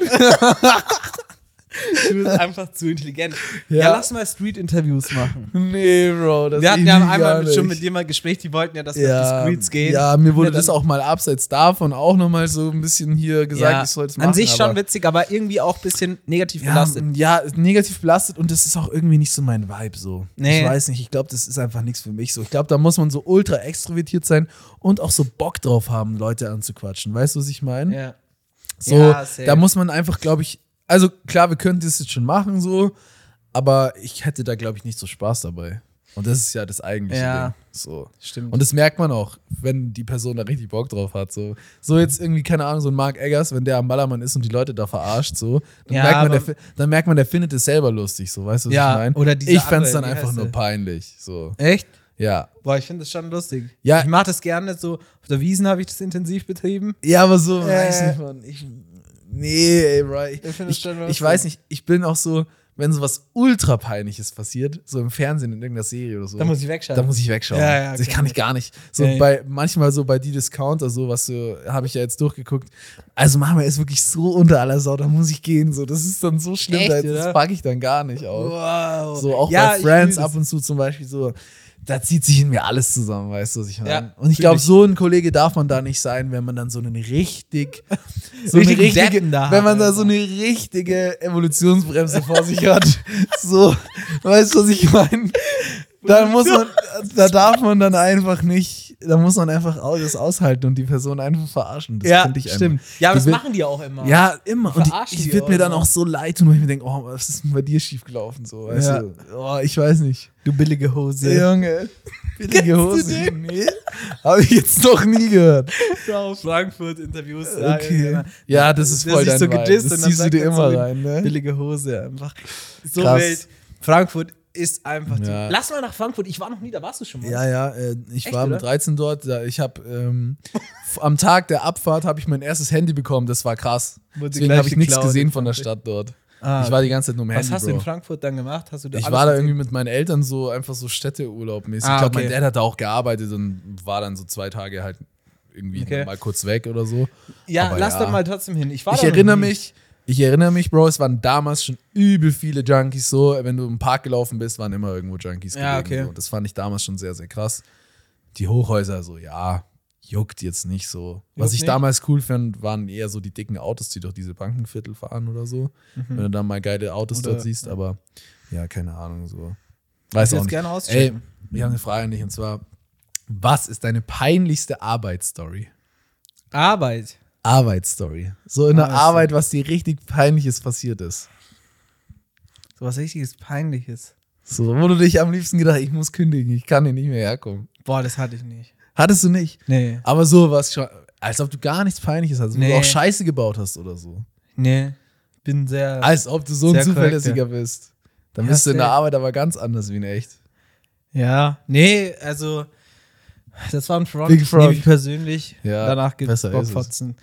Du bist einfach zu intelligent. Ja, lass mal Street-Interviews machen. Nee, Bro. Das Wir hatten ist ja gar einmal nicht. schon mit dir mal ein Gespräch, die wollten ja, dass wir auf die Streets gehen. Ja, mir wurde Ja, das auch mal abseits davon auch nochmal so ein bisschen hier gesagt, ich soll es machen. An sich schon aber witzig, aber irgendwie auch ein bisschen negativ belastet. Ja, negativ belastet und das ist auch irgendwie nicht so mein Vibe so. Nee. Ich weiß nicht, ich glaube, das ist einfach nichts für mich so. Ich glaube, da muss man so ultra extrovertiert sein und auch so Bock drauf haben, Leute anzuquatschen. Weißt du, was ich meine? Ja. So, Ja, safe. da muss man einfach, glaube ich, also klar, wir könnten das jetzt schon machen so, aber ich hätte da, glaube ich, nicht so Spaß dabei. Und das ist ja das eigentliche Ding. So. Stimmt. Und das merkt man auch, wenn die Person da richtig Bock drauf hat. So jetzt irgendwie, keine Ahnung, so ein Mark Eggers, wenn der am Ballermann ist und die Leute da verarscht, so, dann merkt man, der findet es selber lustig, so, weißt du, was ich meine? Oder diese ich fände es andere, dann wie einfach heißt nur sie? peinlich. So. Echt? Ja. Boah, ich finde das schon lustig. Ja. Ich mache das gerne so. Auf der Wiesn habe ich das intensiv betrieben. Ja, aber so, weiß nicht, Mann. Nee, ey, right. Ich weiß nicht, ich bin auch so, wenn so was ultra Peinliches passiert, so im Fernsehen in irgendeiner Serie oder so. Da muss ich wegschauen. Da muss ich wegschauen. Ja, Das kann ich gar nicht. So manchmal so bei die Discounter, so was so, habe ich ja jetzt durchgeguckt. Also manchmal ist wirklich so unter aller Sau, da muss ich gehen. So, das ist dann so schlimm, Echt, das packe ich dann gar nicht auf. Wow. So auch Ja, bei ich Friends fühl ab und zu zum Beispiel so. Da zieht sich in mir alles zusammen, weißt du, was ich meine? Ja, und ich fühl glaube, ich. so ein Kollege darf man da nicht sein, wenn man dann so einen richtig, Deppen da wenn man hat, da Alter. so eine richtige Evolutionsbremse vor sich hat. So, weißt du, was ich meine? Da darf man dann einfach nicht, da muss man einfach das aushalten und die Person einfach verarschen. Das könnte ich stimmt. einfach. Ja, aber das Die will- machen die auch immer. Ja, immer. Und verarschen ich die würde mir auch dann immer. auch so leid tun, weil ich mir denke, oh, was ist denn bei dir schiefgelaufen? So, weißt Ja. du? Oh, ich weiß nicht. Du billige Hose. Junge, billige Hose. Nee, habe ich jetzt noch nie gehört. Frau Frankfurt-Interviews. Okay. Ja, das ist voll dein so Vibe. gedisst Das und dann ziehst du sagt dir er immer so rein, ne? Billige Hose einfach. So Krass. wild. Frankfurt ist einfach Ja. Lass mal nach Frankfurt. Ich war noch nie, da warst du schon mal. Ja, ich Echt, war mit oder? 13 dort. Ich habe am Tag der Abfahrt habe ich mein erstes Handy bekommen. Das war krass. Wurde Deswegen gleich habe ich nichts geklaut gesehen in von der Frankfurt. Stadt dort. Ah, Ich war die ganze Zeit nur im Was Handy, hast du Bro. in Frankfurt dann gemacht? Hast du da Ich alles war da gesehen? irgendwie mit meinen Eltern so einfach so Städteurlaubmäßig. Ah, Ich glaube, okay. mein Dad hat da auch gearbeitet und war dann so 2 Tage halt irgendwie Okay. mal kurz weg oder so. Ja, Aber lass ja. doch mal trotzdem hin. Ich war Ich da noch erinnere nie. mich, Bro, es waren damals schon übel viele Junkies so. Wenn du im Park gelaufen bist, waren immer irgendwo Junkies Ja, gelegen. okay. So. Das fand ich damals schon sehr, sehr krass. Die Hochhäuser, so, ja, juckt jetzt nicht so. Was Juckt ich nicht? damals cool fand, waren eher so die dicken Autos, die durch diese Bankenviertel fahren oder so. Wenn du dann mal geile Autos Oder- dort siehst, aber ja, keine Ahnung, so. Weiß Ich auch jetzt nicht. gerne Ey, auschecken. ich habe eine Frage an dich und zwar, was ist deine peinlichste Arbeitsstory? Arbeit. Arbeitsstory. So in der Arbeitsstory. Arbeit, was dir richtig Peinliches passiert ist. So was richtiges Peinliches. So, wo du dich am liebsten gedacht, ich muss kündigen, ich kann hier nicht mehr herkommen. Boah, das hatte ich nicht. Hattest du nicht? Nee. Aber so was schon, als ob du gar nichts Peinliches hast, wo Nee. du auch Scheiße gebaut hast oder so. Nee. Bin sehr. Als ob du so ein Sehr Zuverlässiger korrekt, bist. Dann bist du in der Arbeit aber ganz anders wie in echt. Ja, nee, also das war ein Front. Big Front. Nehme ich persönlich. Ja, danach gibt's besser ist es. Bockfotzen.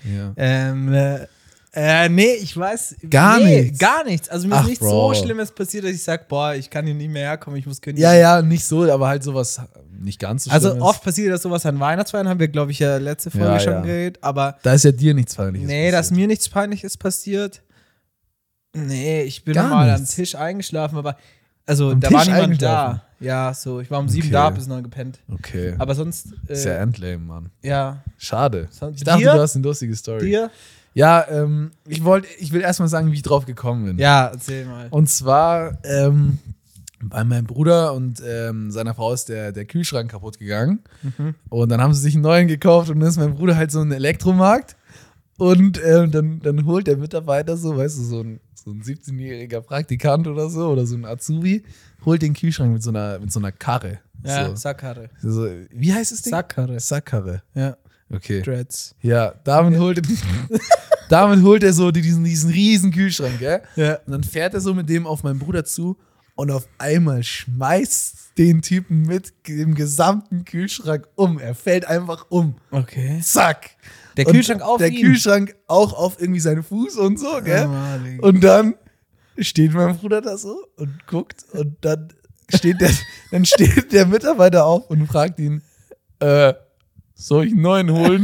Ja. Nee, ich weiß. Gar nichts. Gar nichts. Also mir ist Ach, nichts Bro. so Schlimmes passiert, dass ich sage, boah, ich kann hier nicht mehr herkommen, ich muss kündigen. Ja, ja, nicht so, aber halt sowas nicht ganz so schlimm. Also oft passiert das sowas an Weihnachtsfeiern, haben wir, glaube ich, ja letzte Folge schon geredet, aber Da ist ja dir nichts Peinliches nee, dass passiert. mir nichts Peinliches passiert. Nee, ich bin Gar mal am nichts. Tisch eingeschlafen, aber also Am da war Tisch niemand eingeschlafen? da. Ja, so, ich war um 7 Okay. da, bis 9 gepennt. Okay. Aber sonst, Ist ja endlame, Mann. ja. Schade. Sonst- Ich dachte, Dir? du hast eine lustige Story. Dir? Ja, ich will erstmal sagen, wie ich drauf gekommen bin. Ja, erzähl mal. Und zwar, bei meinem Bruder und seiner Frau ist der Kühlschrank kaputt gegangen. Und dann haben sie sich einen neuen gekauft und dann ist mein Bruder halt so ein Elektromarkt. Und dann holt der Mitarbeiter so, weißt du, so ein 17-jähriger Praktikant oder so ein Azubi, holt den Kühlschrank mit so einer Karre. Ja, So. Sackkarre. So, wie heißt das Ding? Sackkarre. Sackkarre. Ja, Okay. Dreads. Ja, damit holt er so diesen riesen Kühlschrank, gell? Ja. Und dann fährt er so mit dem auf meinen Bruder zu und auf einmal schmeißt den Typen mit dem gesamten Kühlschrank um. Er fällt einfach um. Okay. Zack. Der Und Kühlschrank auf Der ihn? Kühlschrank auch auf irgendwie seinen Fuß und so, gell? Malig. Und dann steht mein Bruder da so und guckt und dann steht der Mitarbeiter auf und fragt ihn, soll ich einen neuen holen?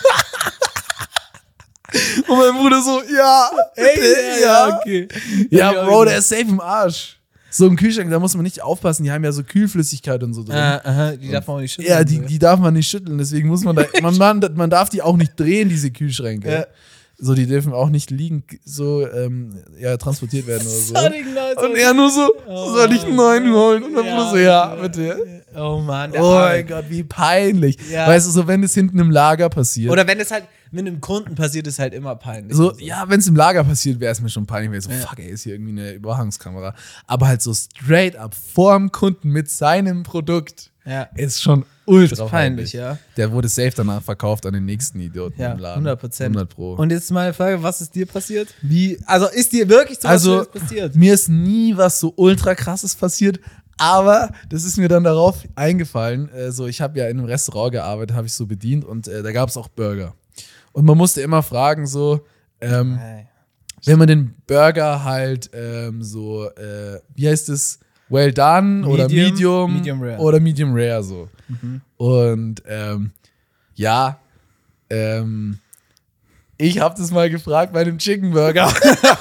Und mein Bruder so, ja, bitte, ja. okay. Ja, Ja, Bro, der ist safe im Arsch. So ein Kühlschrank, da muss man nicht aufpassen, die haben ja so Kühlflüssigkeit und so drin. Aha, die darf man auch nicht schütteln. Ja, die darf man nicht schütteln, deswegen muss man da, man darf die auch nicht drehen, diese Kühlschränke. Ja. So, die dürfen auch nicht liegend so transportiert werden oder so. Sorry, Leute. Und er nur so, soll ich einen neuen holen? Und mein Ja, Bruder so, ja, bitte. Oh Mann, Oh mein Gott, wie peinlich. Ja. Weißt du, so wenn es hinten im Lager passiert. Oder wenn es halt mit einem Kunden passiert, ist halt immer peinlich. so, Also. ja, wenn es im Lager passiert, wäre es mir schon peinlich. Wäre so, fuck, ey, ist hier irgendwie eine Überwachungskamera. Aber halt so straight up vorm Kunden mit seinem Produkt Ja. ist schon ultra Ist peinlich, ja. Der wurde safe danach verkauft an den nächsten Idioten Ja, im Laden. 100%. 100 Pro. Und jetzt meine Frage, was ist dir passiert? Also ist dir wirklich so was Also, Schlimmes passiert? mir ist nie was so ultra krasses passiert, aber das ist mir dann darauf eingefallen. Ich habe ja in einem Restaurant gearbeitet, habe ich so bedient und da gab es auch Burger. Und man musste immer fragen, so, wenn man den Burger halt wie heißt es, well done oder medium rare. oder medium rare so. Und ich habe das mal gefragt bei einem Chicken Burger.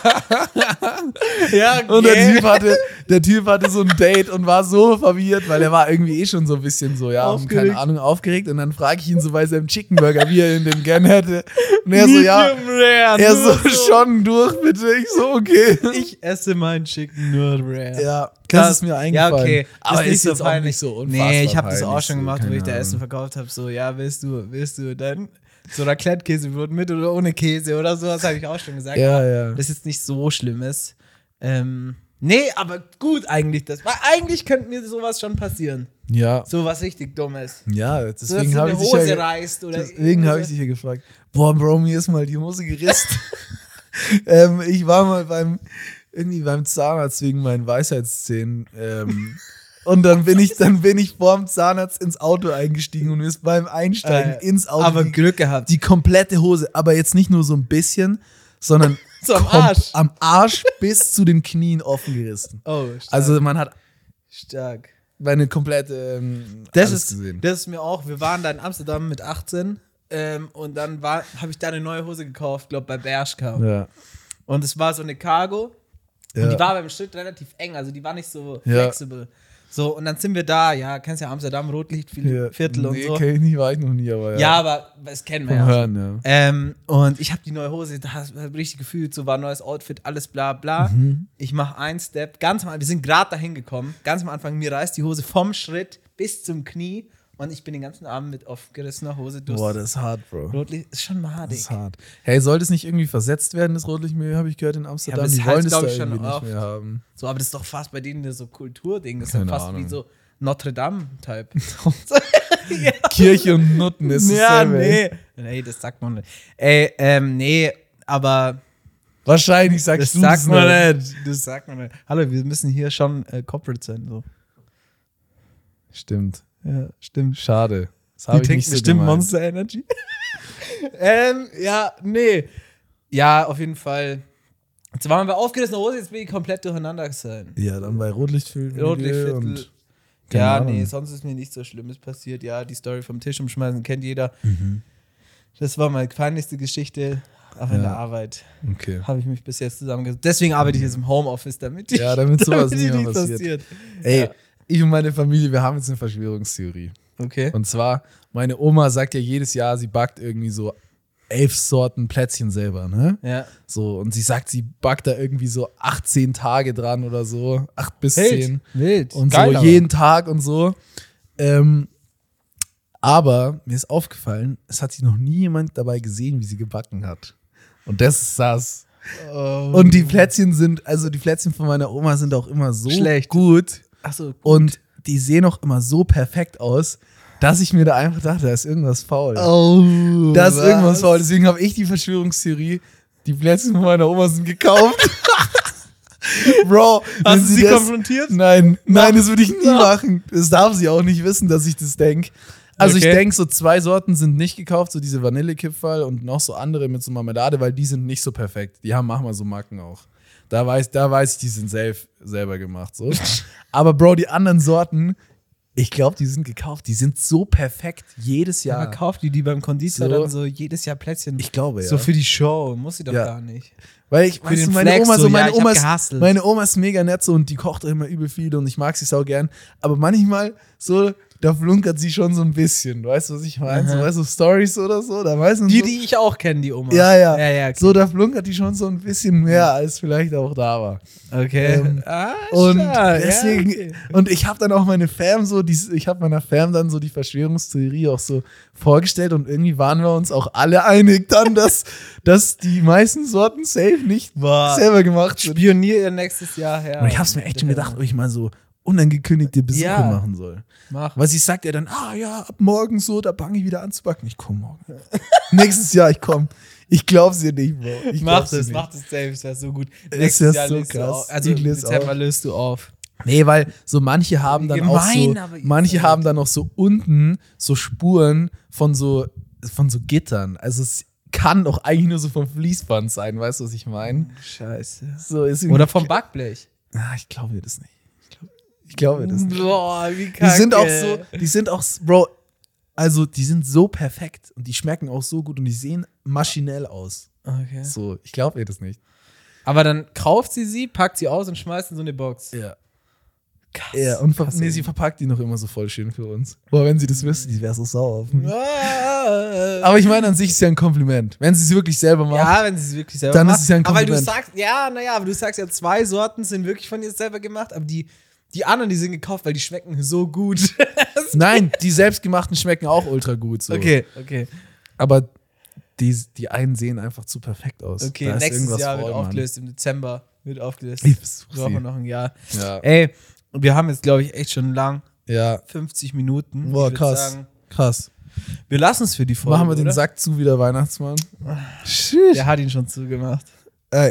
Ja, Und der Typ hatte so ein Date und war so verwirrt, weil er war irgendwie schon so ein bisschen so, Aufgeregt. keine Ahnung, aufgeregt. Und dann frage ich ihn so bei seinem Chicken Burger, wie er ihn denn gern hätte. Und er so, ja, rare. er nur so, schon durch, bitte. Ich so, okay. Ich esse mein Chicken nur rare. Ja, das ist mir eingefallen. Ja, okay. Aber nicht ist jetzt auch nicht so unfassbar Nee, ich habe das auch peinlich, schon so, gemacht, wo keine ich da Ahnung. Essen verkauft habe. So, ja, willst du dann so Raclette-Käsebrot mit oder ohne Käse oder sowas, habe ich auch schon gesagt. Ja, ja. Das ist jetzt nicht so Schlimmes. Nee, aber gut eigentlich das. Weil eigentlich könnte mir sowas schon passieren. Ja, So was richtig Dummes. ja, So, dass deswegen du habe eine ich Hose dich ja, reißt oder deswegen habe ich dich hier gefragt. Boah, Bro, mir ist mal die Hose gerissen. Ich war mal beim Zahnarzt wegen meinen Weisheitszähnen. Und dann bin ich vorm Zahnarzt ins Auto eingestiegen und mir ist beim Einsteigen ins Auto aber Glück gehabt. die komplette Hose, aber jetzt nicht nur so ein bisschen, sondern So am Arsch. am Arsch bis zu den Knien offen gerissen. Oh, stark. Also man hat stark. meine komplette Das alles ist, gesehen. das ist mir auch. Wir waren da in Amsterdam mit 18 und dann habe ich da eine neue Hose gekauft, glaube bei Bershka. Ja. Und es war so eine Cargo Ja. und die war beim Schritt relativ eng, also die war nicht so Ja. flexibel. So, und dann sind wir da, ja, kennst ja Amsterdam, Rotlichtviertel und so. kenn ich nicht, war ich noch nie, aber ja. Ja, aber das kennen wir Vom ja. Hören, ja. Und ich habe die neue Hose, da habe ich richtig gefühlt, so war neues Outfit, alles bla bla. Ich mache einen Step, ganz am Anfang, wir sind gerade dahin gekommen, ganz am Anfang, mir reißt die Hose vom Schritt bis zum Knie und ich bin den ganzen Abend mit aufgerissener Hose durch. Boah, das ist hart, Bro. Rotlicht ist schon Das madig. ist hart. Hey, sollte es nicht irgendwie versetzt werden, das Rotlichtmehl, habe ich gehört, in Amsterdam? Ja, aber das Die heißt, wollen es glaub da ich, schon irgendwie nicht oft. mehr haben. So, aber das ist doch fast bei denen so Kulturding, das ist Keine doch fast Ahnung. wie so Notre Dame-Type. Kirche und Nutten ist Ja, dasselbe. nee. Nee, das sagt man nicht. Nee, aber Wahrscheinlich sagst du das nicht. Das sagt man nicht. Hallo, wir müssen hier schon corporate sein. So. Stimmt. Ja, stimmt. Schade. Das Die habe ich trinken nicht so bestimmt gemeint. Monster Energy. Ja, nee. Ja, auf jeden Fall. Jetzt waren wir aufgerissene Hose, jetzt bin ich komplett durcheinander sein. Ja, dann bei Rotlichtviertel. Rotlichtviertel. Und Ja, keine Ahnung. nee, sonst ist mir nichts so Schlimmes passiert. Ja, die Story vom Tisch umschmeißen kennt jeder. Mhm. Das war meine peinlichste Geschichte. Aber in Ja. der Arbeit Okay. habe ich mich bis jetzt zusammengesetzt. Deswegen arbeite ich jetzt im Homeoffice, damit Ja, damit sowas nicht mehr nichts passiert. Ey, Ja. ich und meine Familie, wir haben jetzt eine Verschwörungstheorie. Okay. Und zwar, meine Oma sagt ja jedes Jahr, sie backt irgendwie so 11 Sorten Plätzchen selber, ne? Ja. So, und sie sagt, sie backt da irgendwie so 18 Tage dran oder so. 8 bis 10. Wild. Und Geil, so aber. jeden Tag und so. Aber mir ist aufgefallen, es hat sich noch nie jemand dabei gesehen, wie sie gebacken hat. Und das ist das. Oh. Und die Plätzchen die Plätzchen von meiner Oma sind auch immer so Schlecht. gut. Achso. Und die sehen auch immer so perfekt aus, dass ich mir da einfach dachte, da ist irgendwas faul. Oh. Da ist irgendwas faul. Deswegen habe ich die Verschwörungstheorie, die Plätzchen von meiner Oma sind gekauft. Bro, wenn Hast du sie das- konfrontiert? Nein, das würde ich nie machen. Das darf sie auch nicht wissen, dass ich das denke. Also Okay. ich denke, so 2 Sorten sind nicht gekauft, so diese Vanillekipferl und noch so andere mit so Marmelade, weil die sind nicht so perfekt. Die haben manchmal so Macken auch. Da weiß ich, die sind selber gemacht. So. Aber Bro, die anderen Sorten, ich glaube, die sind gekauft. Die sind so perfekt jedes Ja. Jahr. Kauft die beim Konditor So. dann so jedes Jahr Plätzchen. Ich glaube, ja. So für die Show. Muss sie doch Ja. gar nicht. Weil ich, Für weißt den du, meine Flex Oma, so, so, ja, meine, ich hab Oma ist, gehustelt. meine Oma ist mega nett so und die kocht immer übel viel und ich mag sie sau gern. Aber manchmal so, da flunkert sie schon so ein bisschen. Weißt du, was ich meine? So, Aha. weißt du, Stories oder so, da weiß man so, Die ich auch kenne, die Oma. ja, ja. Ja, okay. So, da flunkert die schon so ein bisschen mehr, als vielleicht auch da war. Okay. Und schade. deswegen, Ja, okay. und ich habe dann auch meine Fam so, ich habe meiner Fam dann so die Verschwörungstheorie auch so vorgestellt und irgendwie waren wir uns auch alle einig dann, dass die meisten Sorten safe nicht Boah. selber gemacht sind. Spionier ihr nächstes Jahr her. Und ich hab's mir echt schon gedacht, ob ich mal so unangekündigte Besuche Ja. machen soll. Mach. Weil sie sagt ja dann, ja, ab morgen so, da fange ich wieder an zu backen. Ich komm morgen. Nächstes Jahr, ich komm. Ich glaub's dir nicht, Bro. Ich Mach glaub's dir das nicht. safe, das wäre so gut. Es Nächstes wär Jahr so löst du krass. auf. Also Ich im löse Dezember auf. löst du auf. Nee, weil so manche haben dann auch Gemein, so, aber ihr manche seid- haben dann auch so unten so Spuren von so Gittern. Also es kann doch eigentlich nur so vom Fließband sein, weißt du, was ich meine? Scheiße. So ist Oder vom Backblech. ich glaube dir das nicht. Ich glaube das nicht. Boah, wie Die kacke. sind auch, Bro, also die sind so perfekt und die schmecken auch so gut und die sehen maschinell aus. Okay. So, ich glaube ihr das nicht. Aber dann kauft sie, packt sie aus und schmeißt in so eine Box. Ja. Krass. Ja, und Krass, sie verpackt die noch immer so voll schön für uns. Boah, wenn sie das wüsste, die wäre so sauer auf mich. Ah. Aber ich meine, an sich ist ja ein Kompliment. Wenn sie es wirklich selber macht. Ja, wenn sie es wirklich selber Dann macht. ist es ja ein aber du Kompliment. sagst, aber du sagst ja, 2 Sorten sind wirklich von ihr selber gemacht, aber die anderen, die sind gekauft, weil die schmecken so gut. Nein, die selbstgemachten schmecken auch ultra gut. So. Okay. Aber die einen sehen einfach zu perfekt aus. Okay, Da ist nächstes irgendwas Jahr wird faul, Mann. aufgelöst, im Dezember wird aufgelöst. Ich versuch's Brauchen wir sie. noch ein Jahr. Ja. Ey, und wir haben jetzt, glaube ich, echt schon lang, Ja. 50 Minuten. Boah, Ich würd krass. sagen, Krass. wir lassen es für die Folge, Machen wir den oder? Sack zu, wie der Weihnachtsmann. Der hat ihn schon zugemacht. Ey.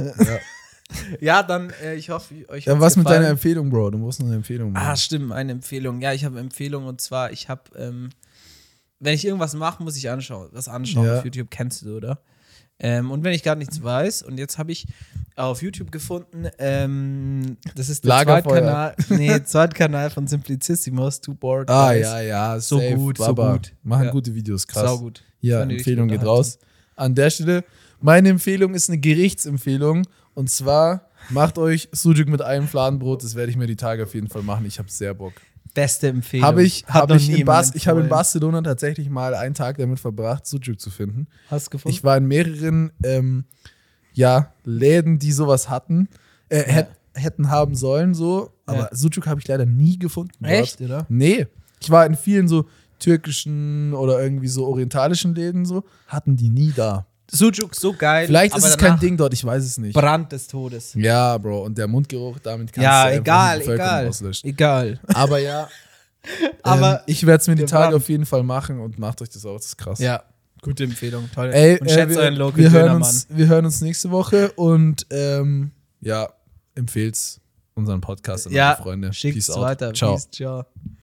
Ja, dann, ich hoffe, euch Ja, hat's was mit gefallen. deiner Empfehlung, Bro? Du musst noch eine Empfehlung machen. Ah, stimmt, eine Empfehlung. Ja, ich habe eine Empfehlung und zwar, ich habe, wenn ich irgendwas mache, muss ich was anschauen Ja. auf YouTube. Kennst du, oder? Und wenn ich gar nichts weiß, und jetzt habe ich auf YouTube gefunden, das ist der Lagerfeuer. Zweitkanal von Simplicissimus, Two Board Ah, Guys. ja, So safe, gut, so Baba. gut. Machen Ja. gute Videos, krass. Sau gut. Ja, Fand ich richtig Empfehlung geht unterhaltsam. raus. An der Stelle, meine Empfehlung ist eine Gerichtsempfehlung. Und zwar, macht euch Sujuk mit einem Fladenbrot. Das werde ich mir die Tage auf jeden Fall machen. Ich habe sehr Bock. Beste Empfehlung. Habe ich Hat noch nie in jemand ich habe in empfohlen. Barcelona tatsächlich mal einen Tag damit verbracht, Sujuk zu finden. Hast du gefunden? Ich war in mehreren Läden, die sowas hatten, hätten haben sollen, so. Aber Ja. Sujuk habe ich leider nie gefunden. dort. Echt, oder? Nee. Ich war in vielen so türkischen oder irgendwie so orientalischen Läden, so. Hatten die nie da. Sujuk, so geil. Vielleicht ist aber es kein danach Ding dort, ich weiß es nicht. Brand des Todes. Ja, Bro. Und der Mundgeruch, damit kannst Ja, du einfach egal, die Bevölkerung egal. auslöschen. Egal. Aber ja, Aber ich werde es mir die der Tage Brand. auf jeden Fall machen und macht euch das auch, das ist krass. ja, Gute Empfehlung, toll. Ey, und schätzt euren Local wir Dönermann. hören uns nächste Woche und empfehlt's unseren Podcast an eure Freunde. Schickt's Peace out. weiter. Ciao. Peace, ciao.